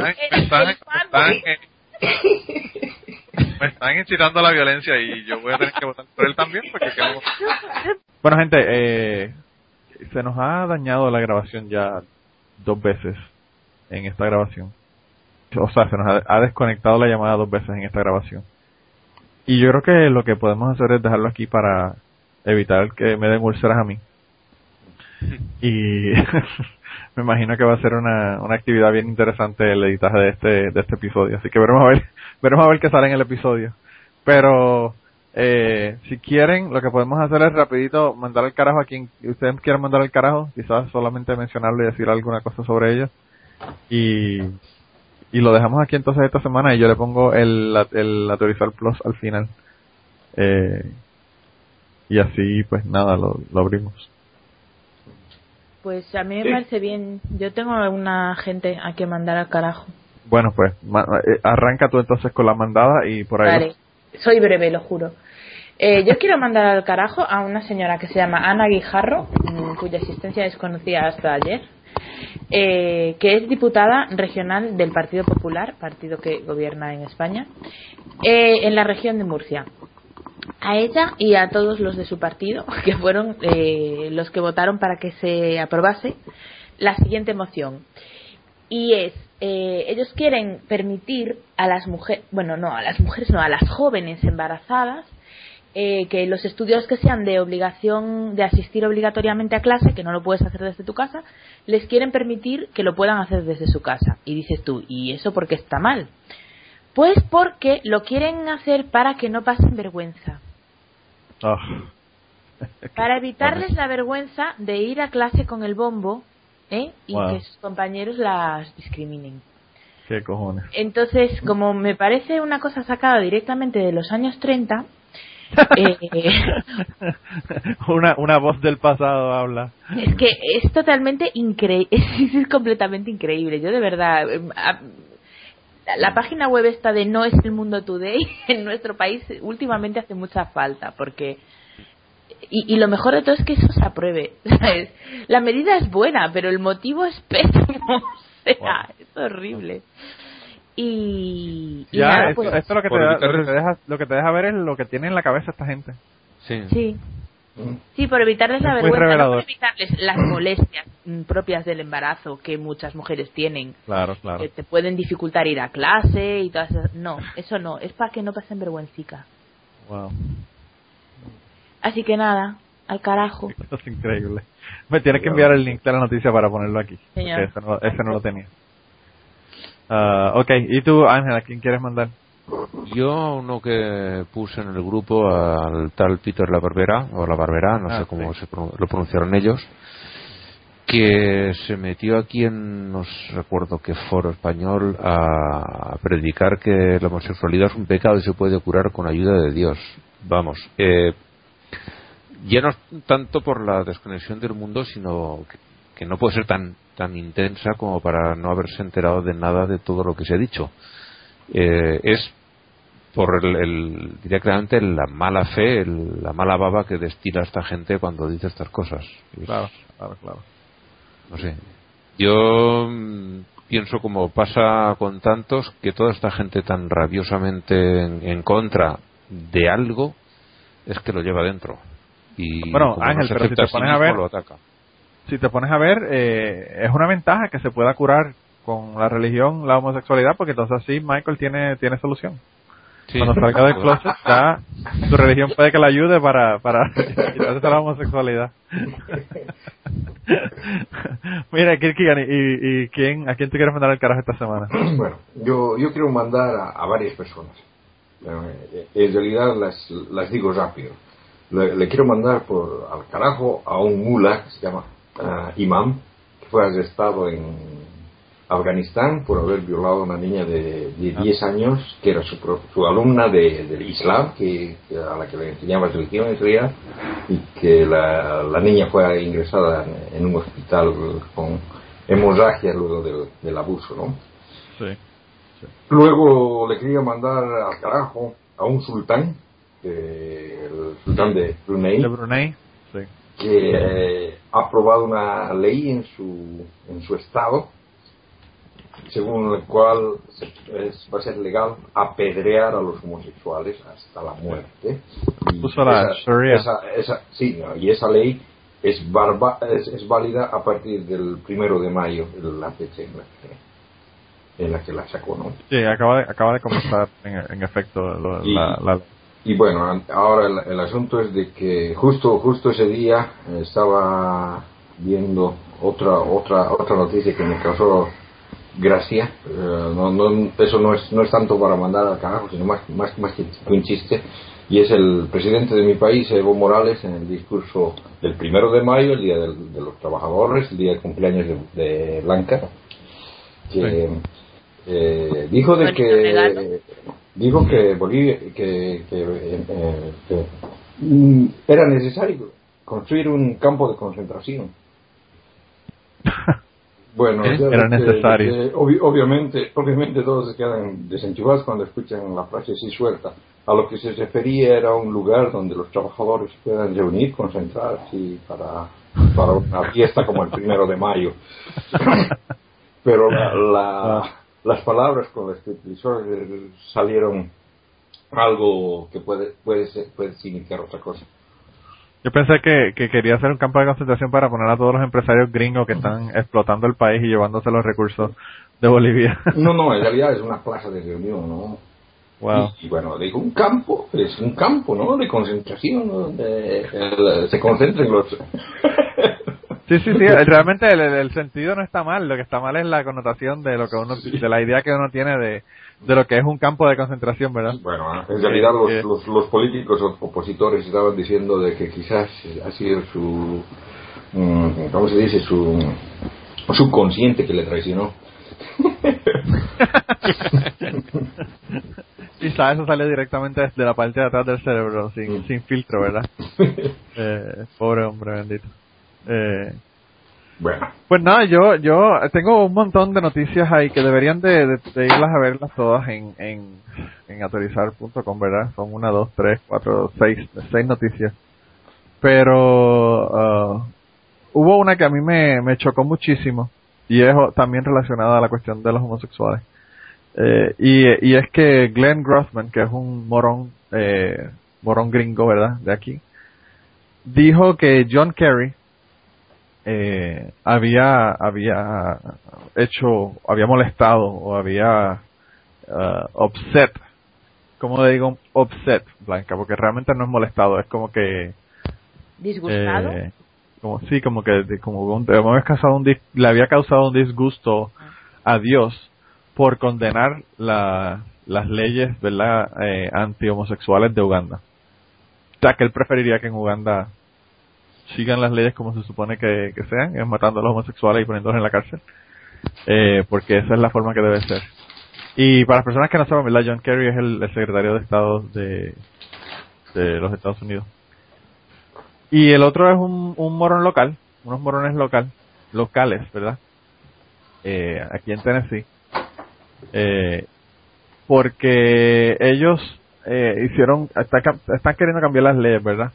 Me están incitando a la violencia y yo voy a tener que votar por él también porque Bueno, gente, se nos ha dañado la grabación ya 2 veces en esta grabación. O sea, se nos ha desconectado la llamada 2 veces en esta grabación. Y yo creo que lo que podemos hacer es dejarlo aquí para evitar que me den úlceras a mí. Y me imagino que va a ser una actividad bien interesante el editaje de este episodio. Así que veremos a ver qué sale en el episodio. Pero si quieren, lo que podemos hacer es rapidito mandar el carajo a quien ustedes quieran mandar el carajo. Quizás solamente mencionarlo y decir alguna cosa sobre ello. Y lo dejamos aquí entonces esta semana y yo le pongo el Autorizar Plus al final. Y así, pues nada, lo abrimos. Pues a mí me parece bien. Yo tengo alguna gente a que mandar al carajo. Bueno, pues arranca tú entonces con la mandada y por ahí. Vale, soy breve, lo juro. Yo quiero mandar al carajo a una señora que se llama Ana Guijarro, cuya existencia desconocía hasta ayer, que es diputada regional del Partido Popular, partido que gobierna en España, en la región de Murcia. A ella y a todos los de su partido, que fueron los que votaron para que se aprobase la siguiente moción. Y es, ellos quieren permitir a las mujeres, a las jóvenes embarazadas, que los estudios que sean de obligación de asistir obligatoriamente a clase, que no lo puedes hacer desde tu casa, les quieren permitir que lo puedan hacer desde su casa. Y dices tú, ¿y eso por qué está mal? Pues porque lo quieren hacer para que no pasen vergüenza. Oh. Para evitarles la vergüenza de ir a clase con el bombo, y que sus compañeros las discriminen. ¿Qué cojones? Entonces, como me parece una cosa sacada directamente de los años 30... una voz del pasado habla. Es que es totalmente increíble, es completamente increíble. Yo de verdad, la página web esta de No es el Mundo Today en nuestro país últimamente hace mucha falta, porque y lo mejor de todo es que eso se apruebe, ¿sabes? La medida es buena, pero el motivo es pésimo, o sea, es horrible. Y ya, nada, pues, esto lo que te deja ver es lo que tiene en la cabeza esta gente. Sí, por evitarles la vergüenza, no por evitarles las molestias propias del embarazo que muchas mujeres tienen. Claro. Que te pueden dificultar ir a clase y todas esas. No, eso no, es para que no pasen vergüencica. Wow. Así que nada, al carajo. Esto es increíble. Me tienes que enviar el link de la noticia para ponerlo aquí. Señor. Ese no lo tenía. Ok, ¿y tú, Ángela, quién quieres mandar? Yo uno que puse en el grupo al tal Peter La Barbera, o La Barbera, no sé cómo lo pronunciaron ellos, que se metió aquí en, no recuerdo qué foro español, a predicar que la homosexualidad es un pecado y se puede curar con ayuda de Dios. Vamos, ya no tanto por la desconexión del mundo, sino que no puede ser tan intensa como para no haberse enterado de nada de todo lo que se ha dicho. Es por diría claramente la mala fe, la mala baba que destila esta gente cuando dice estas cosas. Claro. No sé, yo pienso, como pasa con tantos, que toda esta gente tan rabiosamente en contra de algo es que lo lleva dentro. Y bueno, Ángel, pero si te pones a ver, lo ataca. Si te pones a ver, es una ventaja que se pueda curar con la religión la homosexualidad, porque entonces así Michael tiene solución. Sí. Cuando salga del closet, ya tu religión puede que le ayude para quitarse la homosexualidad. Mira, Kirkigan, ¿y a quién te quieres mandar al carajo esta semana? Bueno, yo quiero mandar a varias personas. En realidad las digo rápido. Le quiero mandar al carajo a un mula que se llama Imam, que fue arrestado en Afganistán por haber violado a una niña de 10 años, que era su alumna del Islam, a la que le enseñaba religión en realidad, y que la niña fue ingresada en un hospital con hemorragia luego del abuso, ¿no? Sí. Luego le quería mandar al carajo a un sultán, el sultán de Brunei. De Brunei, sí. Que ha aprobado una ley en su estado, según la cual va a ser legal apedrear a los homosexuales hasta la muerte. Puso la Sharia. Y esa ley es válida a partir del 1 de mayo, la fecha en la que la sacó, ¿no? Sí, acaba de comenzar en efecto la y bueno, ahora el asunto es de que justo ese día estaba viendo otra noticia que me causó gracia. Eso no es tanto para mandar al carajo, sino más que un chiste. Y es el presidente de mi país, Evo Morales, en el discurso del 1 de mayo, el día de los trabajadores, el día de cumpleaños de Blanca, que dijo que Bolivia que era necesario construir un campo de concentración. Bueno, era necesario. Obviamente todos se quedan desenchufados cuando escuchan la frase así suelta. A lo que se refería era un lugar donde los trabajadores puedan reunir, concentrarse para una fiesta como el 1 de mayo. Pero las palabras con las que utilizó salieron algo que puede significar otra cosa. Yo pensé que quería hacer un campo de concentración para poner a todos los empresarios gringos que están explotando el país y llevándose los recursos de Bolivia. No, en realidad es una plaza de reunión, ¿no? Wow. Y bueno, digo, es un campo, ¿no? De concentración, ¿no? Donde se concentren los... Sí, realmente el sentido no está mal, lo que está mal es la connotación de lo que uno, de la idea que uno tiene de lo que es un campo de concentración, ¿verdad? Bueno, en realidad los políticos opositores estaban diciendo de que quizás ha sido su, ¿cómo se dice? Su subconsciente que le traicionó. Quizás eso sale directamente desde la parte de atrás del cerebro, sin filtro, ¿verdad? Pobre hombre, bendito. Bueno. Pues nada, yo tengo un montón de noticias ahí que deberían de irlas a verlas todas en autorizar.com, ¿verdad? Son 1, 2, 3, 4, 6 noticias. Pero hubo una que a mí me chocó muchísimo y es también relacionada a la cuestión de los homosexuales. Y es que Glenn Grothman, que es un morón gringo, ¿verdad? De aquí, dijo que John Kerry había molestado o había upset, ¿cómo le digo? Upset, Blanca, porque realmente no es molestado, es como que disgustado, como le había causado un disgusto a Dios por condenar las leyes, ¿verdad? Anti-homosexuales de Uganda. O sea, que él preferiría que en Uganda sigan las leyes como se supone que sean, es matando a los homosexuales y poniéndolos en la cárcel, porque esa es la forma que debe ser. Y para las personas que no saben, ¿verdad? John Kerry es el secretario de Estado de los Estados Unidos. Y el otro es un morón local, unos morones locales, ¿verdad? Aquí en Tennessee. Porque ellos están queriendo cambiar las leyes, ¿verdad?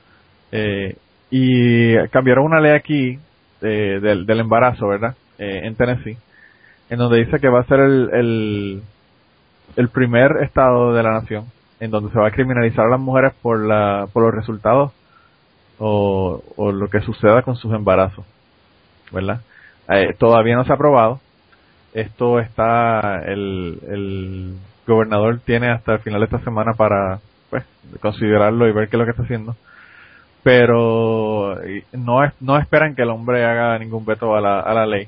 Y cambiaron una ley aquí del embarazo, ¿verdad? En Tennessee, en donde dice que va a ser el primer estado de la nación en donde se va a criminalizar a las mujeres por los resultados o lo que suceda con sus embarazos, ¿verdad? Todavía no se ha aprobado. Esto está, el gobernador tiene hasta el final de esta semana para, pues, considerarlo y ver qué es lo que está haciendo. Pero no esperan que el hombre haga ningún veto a la ley.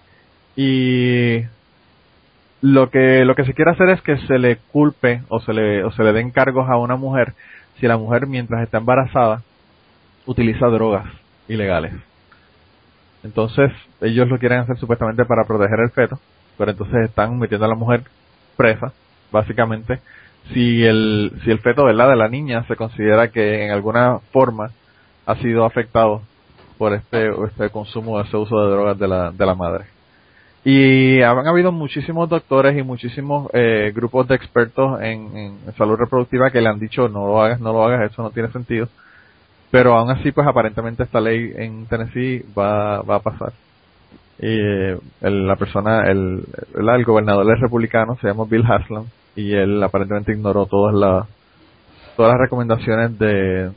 Y lo que se quiere hacer es que se le culpe o se le den cargos a una mujer si la mujer, mientras está embarazada, utiliza drogas ilegales. Entonces ellos lo quieren hacer supuestamente para proteger el feto, pero entonces están metiendo a la mujer presa, básicamente, si el feto, ¿verdad?, de la niña se considera que en alguna forma ha sido afectado por este consumo, ese uso de drogas de la madre. Y han habido muchísimos doctores y muchísimos grupos de expertos en salud reproductiva que le han dicho no lo hagas, eso no tiene sentido. Pero aún así, pues aparentemente esta ley en Tennessee va a pasar. Y el gobernador es republicano, se llama Bill Haslam, y él aparentemente ignoró todas las recomendaciones de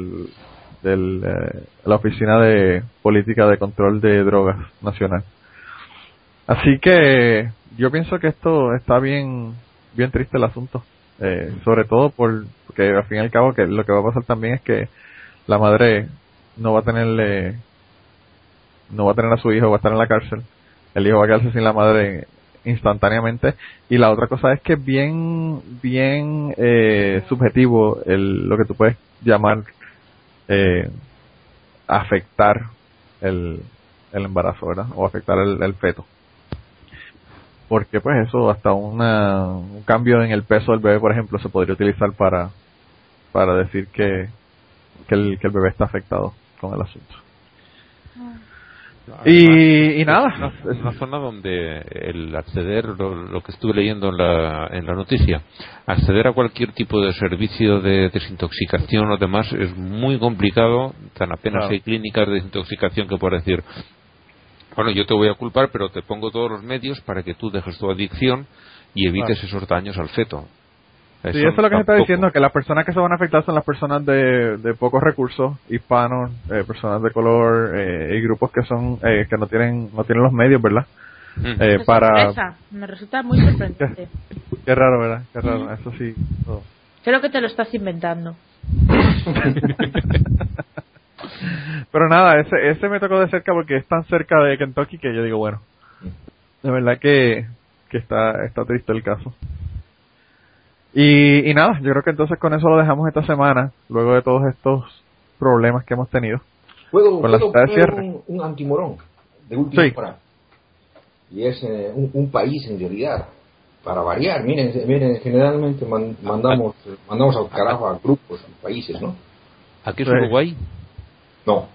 la Oficina de Política de Control de Drogas Nacional. Así que yo pienso que esto está bien triste el asunto, sobre todo porque al fin y al cabo que lo que va a pasar también es que la madre no va a tener a su hijo, va a estar en la cárcel, el hijo va a quedarse sin la madre instantáneamente. Y la otra cosa es que es bien subjetivo lo que tú puedes llamar afectar el embarazo, ¿verdad? O afectar el feto. Porque pues eso, hasta un cambio en el peso del bebé, por ejemplo, se podría utilizar para decir que el bebé está afectado con el asunto. Y nada, es una zona donde el acceder, lo que estuve leyendo en la noticia, acceder a cualquier tipo de servicio de desintoxicación o demás es muy complicado. Tan apenas hay clínicas de desintoxicación que puedes decir, bueno, yo te voy a culpar, pero te pongo todos los medios para que tú dejes tu adicción y evites esos daños al feto. Sí, eso es lo que se está diciendo, que las personas que se van a afectar son las personas de pocos recursos, hispanos, personas de color, y grupos que son que no tienen los medios, ¿verdad? Me resulta muy sorprendente. Qué raro, ¿verdad? Qué raro, eso sí. Todo. Creo que te lo estás inventando. Pero nada, ese me tocó de cerca porque es tan cerca de Kentucky que yo digo, bueno, de verdad que está triste el caso. Y nada, yo creo que entonces con eso lo dejamos esta semana, luego de todos estos problemas que hemos tenido. ¿Puedo poner un antimorón de última hora? Y es un país en realidad, para variar. Miren, generalmente mandamos al carajo a grupos, a países, ¿no? ¿Aquí es Uruguay? No.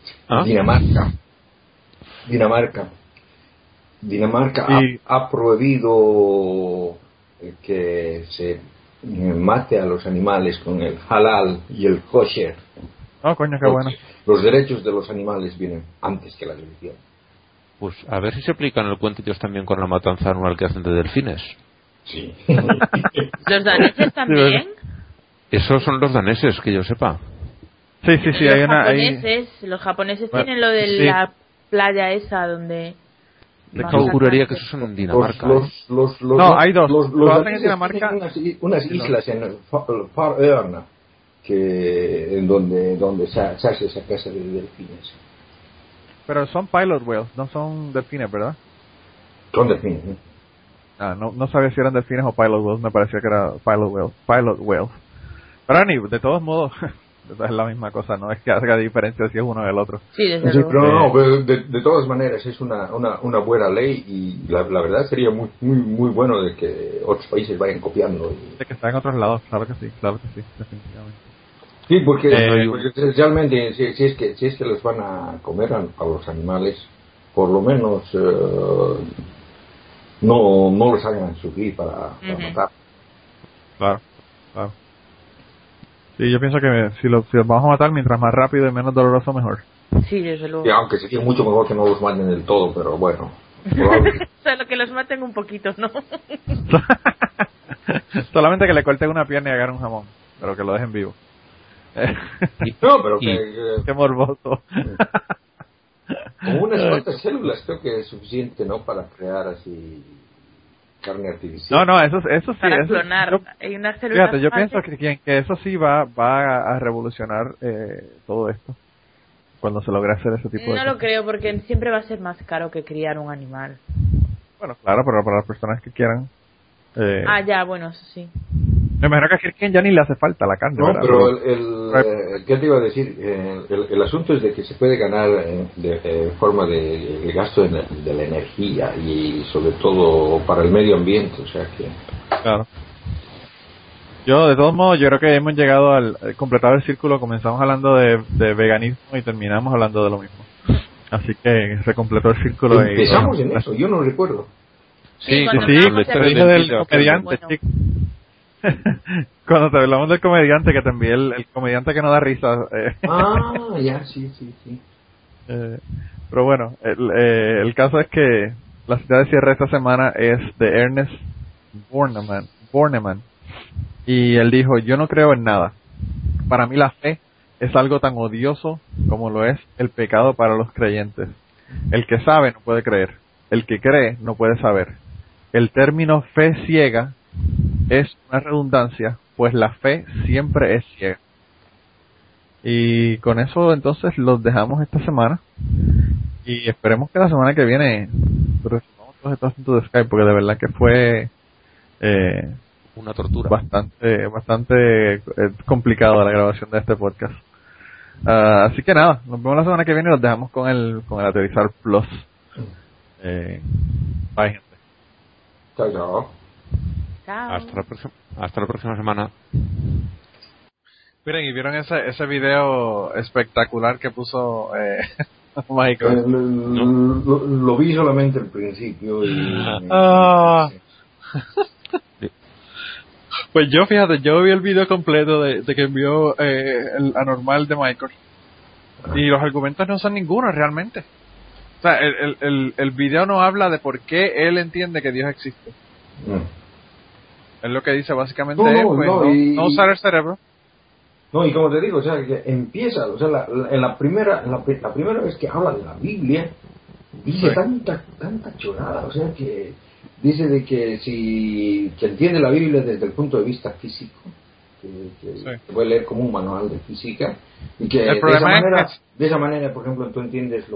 Dinamarca ha prohibido que se mate a los animales con el halal y el kosher. Oh, coño, qué bueno. Los derechos de los animales vienen antes que la religión. Pues a ver si se aplican el cuento ellos también con la matanza anual que hacen de delfines. Sí. ¿Los daneses también? Esos son los daneses, que yo sepa. Sí, hay una... Los japoneses tienen lo de la playa esa donde... Yo juraría que esos son en Dinamarca. No, hay dos. Los hacen en Dinamarca. Unas islas en Färöarna en donde se hace esa casa de delfines. Pero son pilot whales, no son delfines, ¿verdad? Son delfines, ¿no? No sabía si eran delfines o pilot whales, me parecía que era pilot whales. Pero de todos modos, es la misma cosa, no es que haga diferencia si es uno o el otro. Sí, desde luego. Pero pero de todas maneras es una buena ley y la verdad sería muy muy bueno de que otros países vayan copiando. De que está en otros lados, claro que sí, definitivamente. Sí, porque esencialmente si es que les van a comer a los animales, por lo menos no los hagan sufrir para matar. Claro. Sí, yo pienso que si los vamos a matar, mientras más rápido y menos doloroso, mejor. Sí, desde luego. Y aunque sería mucho mejor que no los maten del todo, pero bueno. Solo que los maten un poquito, ¿no? Solamente que le corten una pierna y hagan un jamón, pero que lo dejen vivo. No, pero qué morboso. Con unas cuantas células creo que es suficiente, ¿no? Para crear así carne artificial. No, eso sí. Para clonar. Hay unas células. Fíjate, yo pienso que eso sí va a revolucionar todo esto. Cuando se logre hacer ese tipo de cosas. No lo creo, porque siempre va a ser más caro que criar un animal. Bueno, claro, pero para las personas que quieran... ya, bueno, eso sí. Me imagino que a Kirken ya ni le hace falta la carne, no, ¿verdad? Pero ¿qué te iba a decir? El asunto es de que se puede ganar de forma de gasto de la energía y sobre todo para el medio ambiente, o sea que... Claro. Yo, de todos modos, yo creo que hemos llegado al completado el círculo. Comenzamos hablando de veganismo y terminamos hablando de lo mismo. Así que se completó el círculo. Empezamos en eso, yo no recuerdo. Sí, te dije del comediante, chico. Cuando te hablamos del comediante, que te envié el comediante que no da risa. Ya, sí. Pero bueno, el caso es que la cita de cierre esta semana es de Ernest Bornemann. Y él dijo, yo no creo en nada. Para mí la fe es algo tan odioso como lo es el pecado para los creyentes. El que sabe no puede creer. El que cree no puede saber. El término fe ciega es una redundancia, pues la fe siempre es ciega. Y con eso entonces los dejamos esta semana. Y esperemos que la semana que viene resolvamos todos estos asuntos de Skype, porque de verdad que fue... una tortura. Bastante complicado la grabación de este podcast. Así que nada, nos vemos la semana que viene y los dejamos con el Aterrizar Plus. Bye, gente. Chao. Hasta la próxima semana. Miren, ¿y vieron ese video espectacular que puso Michael? Lo vi solamente al principio y... Pues yo vi el video completo de que envió el anormal de Michael. Y los argumentos no son ninguno realmente. O sea, el video no habla de por qué él entiende que Dios existe. Es lo que dice básicamente no usar el cerebro. No, y como te digo, o sea, que empieza, o sea, la primera vez que habla de la Biblia, dice tanta chorada, o sea, que dice de que si que entiende la Biblia desde el punto de vista físico, que puede leer como un manual de física, y que de esa manera, por ejemplo, tú entiendes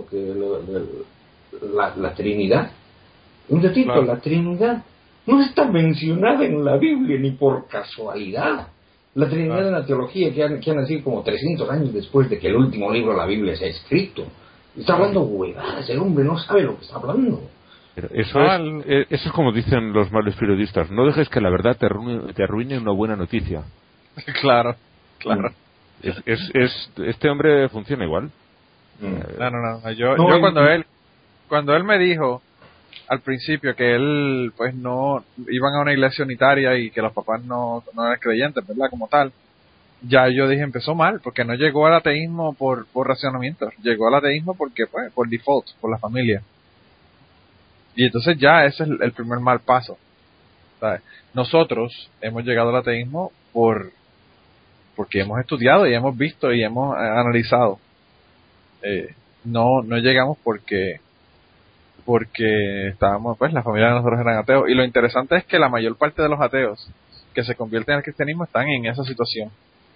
la Trinidad. Un ratito, la Trinidad no está mencionada en la Biblia ni por casualidad. La Trinidad de la teología que ha nacido como 300 años después de que el último libro de la Biblia se ha escrito. Está hablando huevadas, el hombre no sabe lo que está hablando. Pero eso es como dicen los malos periodistas, no dejes que la verdad te arruine una buena noticia. Claro. Este hombre funciona igual. No. Yo cuando él me dijo al principio que él pues no iban a una iglesia unitaria y que los papás no eran creyentes, ¿verdad? Como tal, ya yo dije empezó mal, porque no llegó al ateísmo por racionamiento, llegó al ateísmo porque pues por default, por la familia. Y entonces ya ese es el primer mal paso, ¿sabes? Nosotros hemos llegado al ateísmo porque hemos estudiado y hemos visto y hemos analizado. No llegamos porque estábamos, pues la familia de nosotros eran ateos, y lo interesante es que la mayor parte de los ateos que se convierten al cristianismo están en esa situación,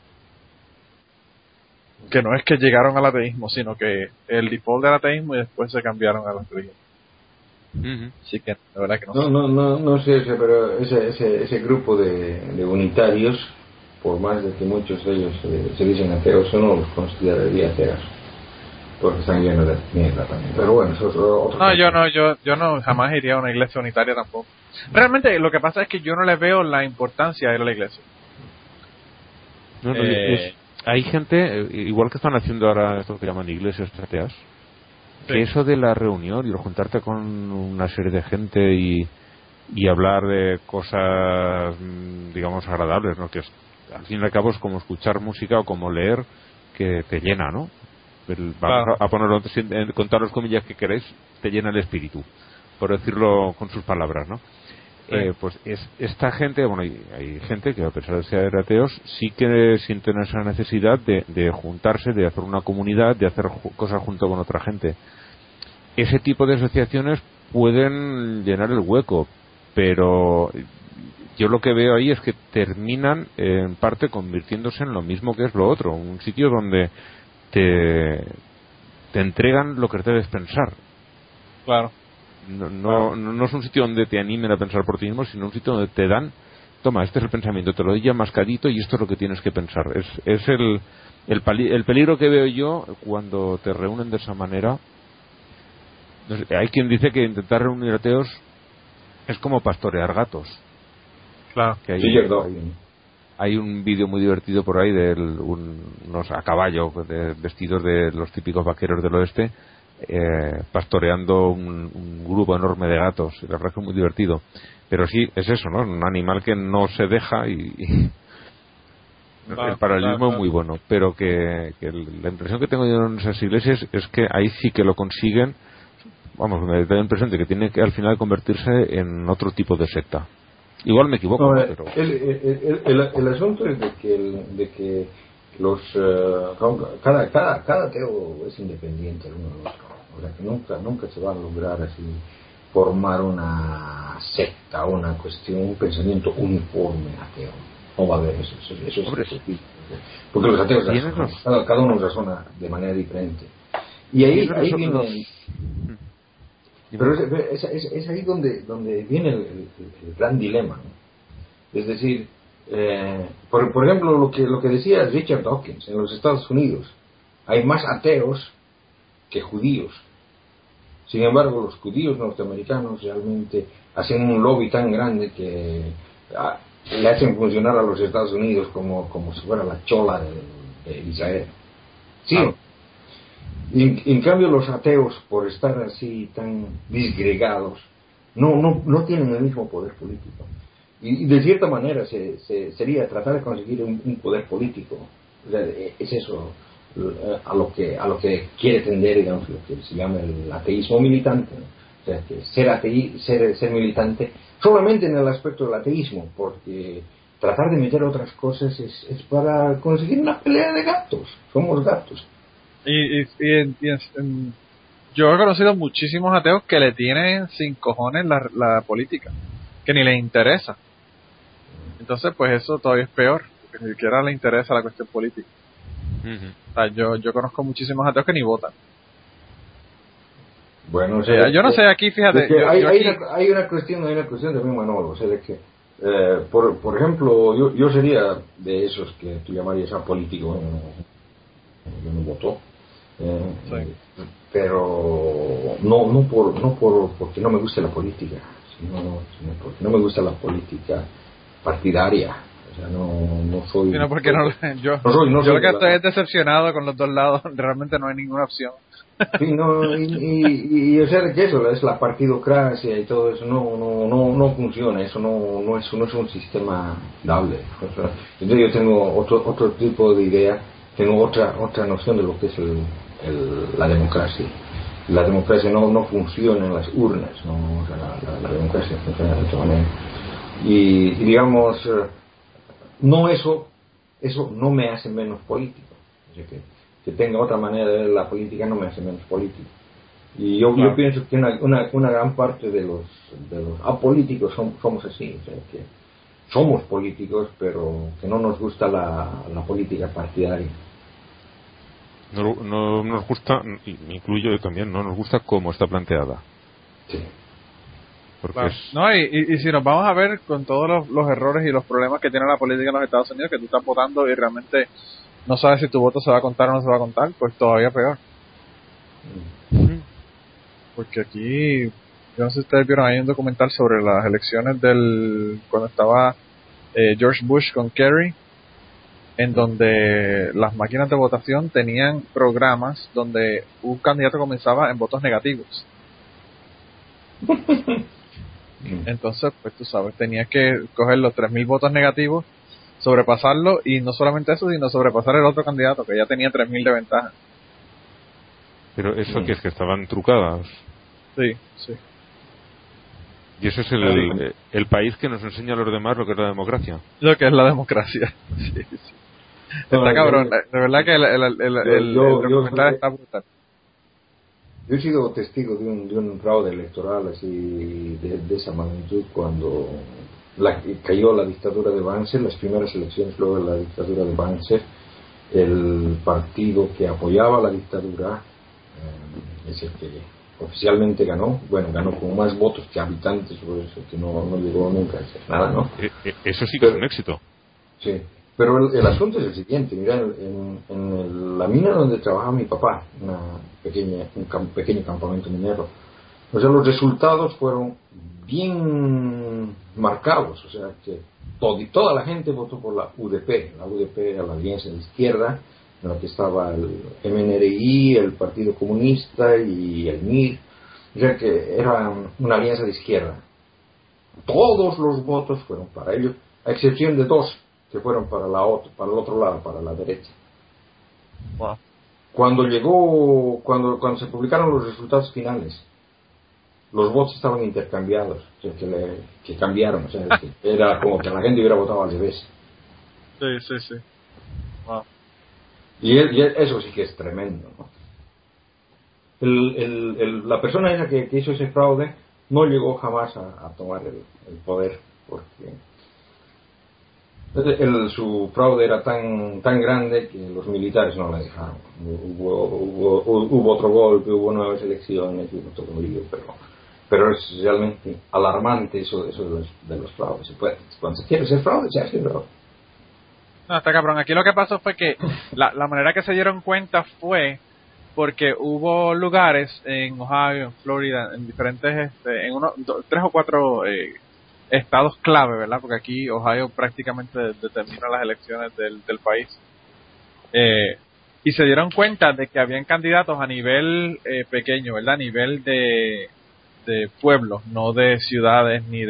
que no es que llegaron al ateísmo, sino que el default del ateísmo y después se cambiaron a la religión. Así que la verdad que no sé, pero ese grupo de unitarios, por más de que muchos de ellos se dicen ateos, uno los consideraría ateos, porque están llenos de mierda también. Pero bueno, eso es otro no, yo no jamás iría a una iglesia unitaria tampoco. Realmente lo que pasa es que yo no le veo la importancia de ir a la iglesia. Hay gente, igual que están haciendo ahora esto que llaman iglesias ateas, que eso de la reunión y juntarte con una serie de gente y hablar de cosas, digamos, agradables, ¿no? Que al fin y al cabo es como escuchar música o como leer, que te llena, ¿no? Vamos a ponerlo, contar las comillas que queréis, te llena el espíritu, por decirlo con sus palabras, ¿no? Pues esta gente, bueno, hay gente que a pesar de ser ateos sí que sienten esa necesidad de juntarse, de hacer una comunidad, de hacer cosas junto con otra gente. Ese tipo de asociaciones pueden llenar el hueco, pero yo lo que veo ahí es que terminan en parte convirtiéndose en lo mismo que es lo otro, un sitio donde te entregan lo que debes pensar. Claro. No es un sitio donde te animen a pensar por ti mismo, sino un sitio donde te dan, toma, este es el pensamiento, te lo doy ya mascadito y esto es lo que tienes que pensar. Es el peligro que veo yo cuando te reúnen de esa manera. No sé, hay quien dice que intentar reunir ateos es como pastorear gatos. Claro. Que hay un vídeo muy divertido por ahí de unos a caballo vestidos de los típicos vaqueros del oeste, pastoreando un grupo enorme de gatos. La verdad es que es muy divertido, pero sí es eso, ¿no? Un animal que no se deja y el paralelismo es muy bueno, pero que la impresión que tengo yo en esas iglesias es que ahí sí que lo consiguen. Vamos, me da la impresión de que tiene que al final convertirse en otro tipo de secta. Igual me equivoco, ¿no? Pero el asunto es de que los cada ateo es independiente el uno del otro. O sea que nunca se va a lograr así formar una secta, una cuestión, un pensamiento uniforme ateo. No va a haber eso es porque los ateos cada uno razona de manera diferente. Y ahí viene. Pero es ahí donde viene el gran dilema, ¿no? Es decir, por ejemplo, lo que decía Richard Dawkins, en los Estados Unidos hay más ateos que judíos. Sin embargo, los judíos norteamericanos realmente hacen un lobby tan grande que le hacen funcionar a los Estados Unidos como si fuera la chola de Israel. Sí. En cambio los ateos, por estar así tan disgregados, no tienen el mismo poder político. Y de cierta manera sería tratar de conseguir un poder político. O sea, es eso a lo que quiere tender, digamos, lo que se llama el ateísmo militante, ¿no? O sea, que ser militante solamente en el aspecto del ateísmo, porque tratar de meter otras cosas es para conseguir una pelea de gatos. Somos gatos. Yo he conocido muchísimos ateos que le tienen sin cojones la política, que ni les interesa. Entonces, pues eso todavía es peor, porque ni siquiera le interesa la cuestión política. O sea, yo conozco muchísimos ateos que ni votan. Bueno, o sea, yo no sé, aquí, fíjate. Hay una cuestión también, Manolo, o sea, de que, por ejemplo, yo sería de esos que tú llamarías apolítico, yo no voto, pero no porque no me guste la política, sino porque no me gusta la política partidaria. O sea, no soy... No, porque yo lo que estoy es decepcionado con los dos lados. Realmente no hay ninguna opción. Sí, no, y o sea, que eso es la partidocracia y todo eso no funciona. Eso no es un sistema dable. O sea, entonces yo tengo otro tipo de idea, tengo otra noción de lo que es la democracia. La democracia no funciona en las urnas, o sea, la democracia funciona de otra manera. Y digamos, no eso no me hace menos político. O sea, que tenga otra manera de ver la política no me hace menos político. Y yo pienso que una gran parte de los apolíticos somos así, o sea, que somos políticos, pero que no nos gusta la política partidaria. No nos gusta, me incluyo yo también, no nos gusta cómo está planteada. Sí. Porque claro. No, y si nos vamos a ver con todos los errores y los problemas que tiene la política en los Estados Unidos, que tú estás votando y realmente no sabes si tu voto se va a contar o no se va a contar, pues todavía peor. Porque aquí, yo no sé si ustedes vieron, hay un documental sobre las elecciones cuando estaba George Bush con Kerry, en donde las máquinas de votación tenían programas donde un candidato comenzaba en votos negativos. Entonces, pues tú sabes, tenías que coger los 3.000 votos negativos, sobrepasarlo, y no solamente eso, sino sobrepasar el otro candidato que ya tenía 3.000 de ventaja. Pero eso que es que estaban trucadas. Sí. Y eso es el país que nos enseña a los demás lo que es la democracia. Lo que es la democracia. Sí. Está cabrón. De verdad que el documental está brutal. Yo he sido testigo de un fraude electoral así de esa magnitud cuando cayó la dictadura de Banzer, las primeras elecciones luego de la dictadura de Banzer. El partido que apoyaba la dictadura es el que oficialmente ganó con más votos que habitantes, por eso que no llegó nunca a hacer nada, ¿no? Eso sí que es un éxito. Sí, pero el asunto es el siguiente. Mira, en la mina donde trabajaba mi papá, un pequeño campamento minero, o sea, los resultados fueron bien marcados, o sea, que toda la gente votó por la UDP. La UDP era la Alianza de Izquierda, en la que estaba el MNRI, el Partido Comunista y el MIR, o sea que era una alianza de izquierda. Todos los votos fueron para ellos, a excepción de 2 que fueron para el otro lado, para la derecha. Wow. Cuando se publicaron los resultados finales, los votos estaban intercambiados, o sea, que cambiaron, o sea, que era como que la gente hubiera votado al revés. Sí. Wow. Y eso sí que es tremendo, ¿no? La persona esa que hizo ese fraude no llegó jamás a tomar el poder, porque su fraude era tan grande que los militares no le dejaron. Hubo otro golpe, hubo nuevas elecciones, hubo todo un lío, pero es realmente alarmante eso de los fraudes. Cuando se quiere hacer fraude, se hace fraude. No, está cabrón. Aquí lo que pasó fue que la manera que se dieron cuenta fue porque hubo lugares en Ohio, en Florida, en diferentes, en 3 o 4 estados clave, ¿verdad? Porque aquí Ohio prácticamente determina las elecciones del país. Y se dieron cuenta de que habían candidatos a nivel pequeño, ¿verdad? A nivel de pueblos, no de ciudades ni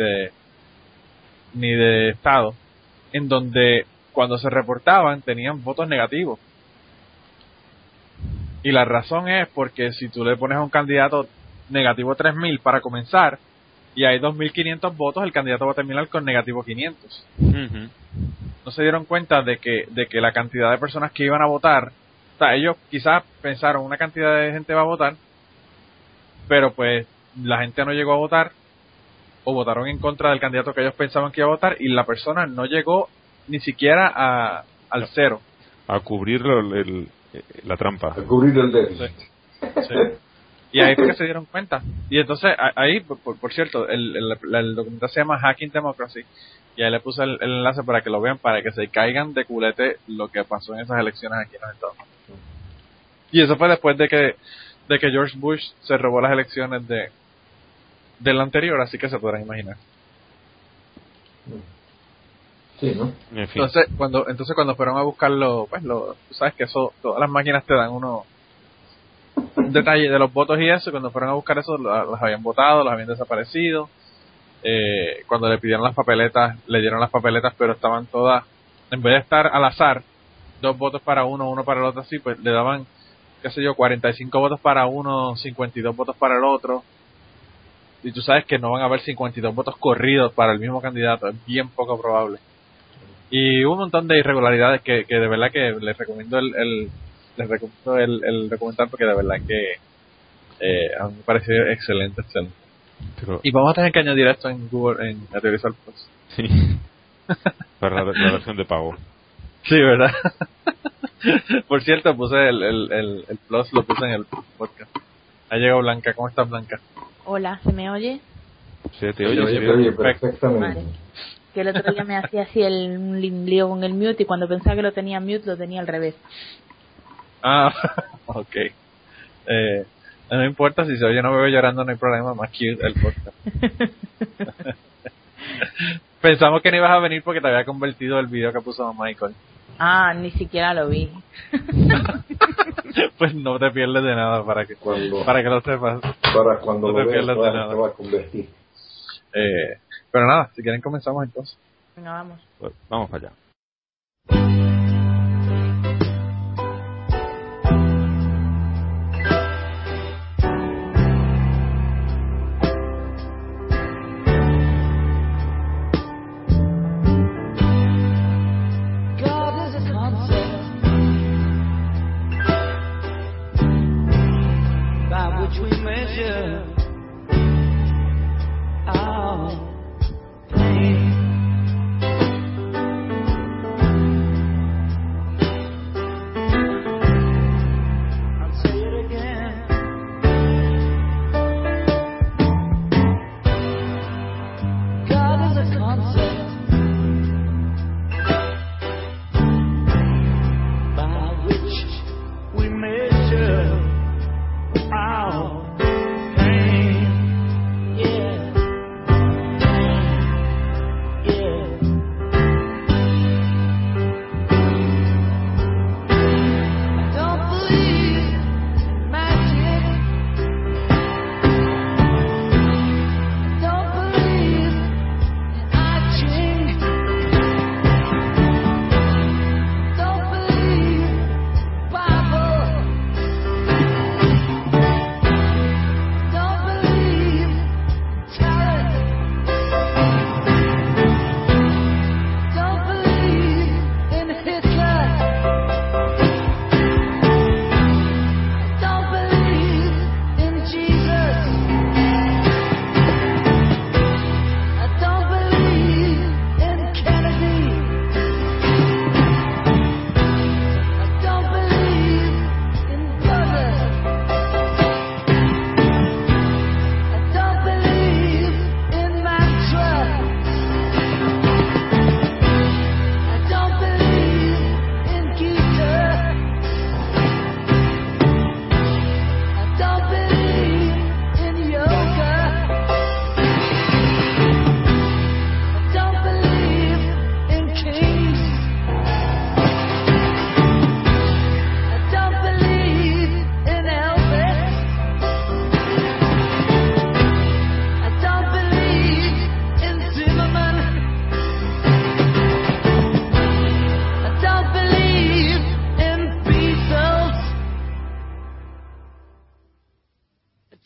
de estados, en donde cuando se reportaban tenían votos negativos. Y la razón es porque si tú le pones a un candidato negativo 3.000 para comenzar, y hay 2.500 votos, el candidato va a terminar con negativo 500. Ujú. No se dieron cuenta de que la cantidad de personas que iban a votar, o sea, ellos quizás pensaron una cantidad de gente va a votar, pero pues la gente no llegó a votar, o votaron en contra del candidato que ellos pensaban que iba a votar, y la persona no llegó ni siquiera al cero. A cubrir la trampa. A cubrir el déficit. Sí. Y ahí fue que se dieron cuenta. Y entonces, ahí, por cierto, el documental se llama Hacking Democracy, y ahí le puse el enlace para que lo vean, para que se caigan de culete lo que pasó en esas elecciones aquí en los Estados Unidos. Y eso fue después de que George Bush se robó las elecciones del anterior, así que se podrán imaginar. Sí, ¿no? En fin. Entonces cuando fueron a buscarlo, pues tú sabes que eso, todas las máquinas te dan un detalle de los votos y eso, y cuando fueron a buscar eso, las habían votado, las habían desaparecido. Cuando le pidieron las papeletas, le dieron las papeletas, pero estaban todas, en vez de estar al azar, 2 votos para uno para el otro, así, pues le daban, qué sé yo, 45 votos para uno, 52 votos para el otro. Y tú sabes que no van a haber 52 votos corridos para el mismo candidato, es bien poco probable. Y hubo un montón de irregularidades que de verdad que les recomiendo el documental, porque de verdad que a mí me pareció excelente. Pero, Y vamos a tener que añadir esto en Google, en la teoría del Plus. sí. Para la versión de pago. Sí, ¿verdad? Por cierto, puse el Plus, lo puse en el podcast. Ha llegado Blanca. ¿Cómo estás, Blanca? Hola, ¿se me oye? Se te oye, Te oye perfectamente. Vale. Que el otro día me hacía así un lío con el mute, y cuando pensaba que lo tenía mute, lo tenía al revés. Ah, ok. No importa si se oye no bebé llorando, no hay problema, más cute el podcast. Pensamos que no ibas a venir porque te había convertido el video que puso Michael. Ah, ni siquiera lo vi. Pues no te pierdes de nada para que lo sepas. Para cuando No lo te veas pierdas de nada. te va a convertir. Pero nada, si quieren comenzamos entonces. Venga, vamos. Pues, vamos allá.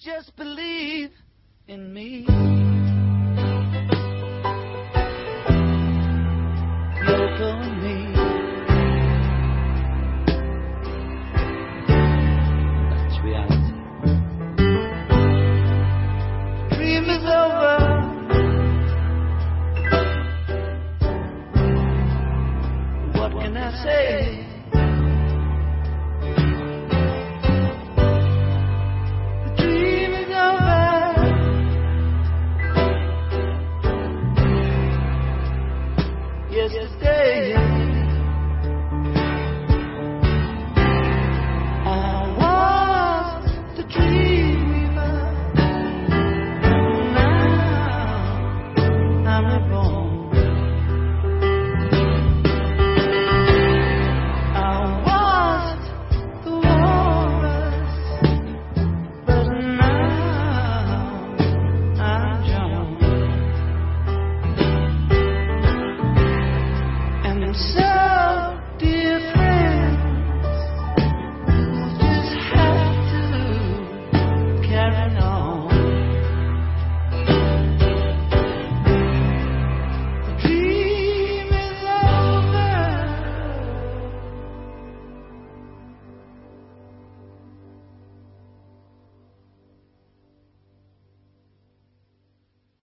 just believe in me. Yoko and me. That's reality. Dream is over. What can I say? Yesterday, I was the dreamer. Now I'm reborn. I was the walrus, but now I'm John. So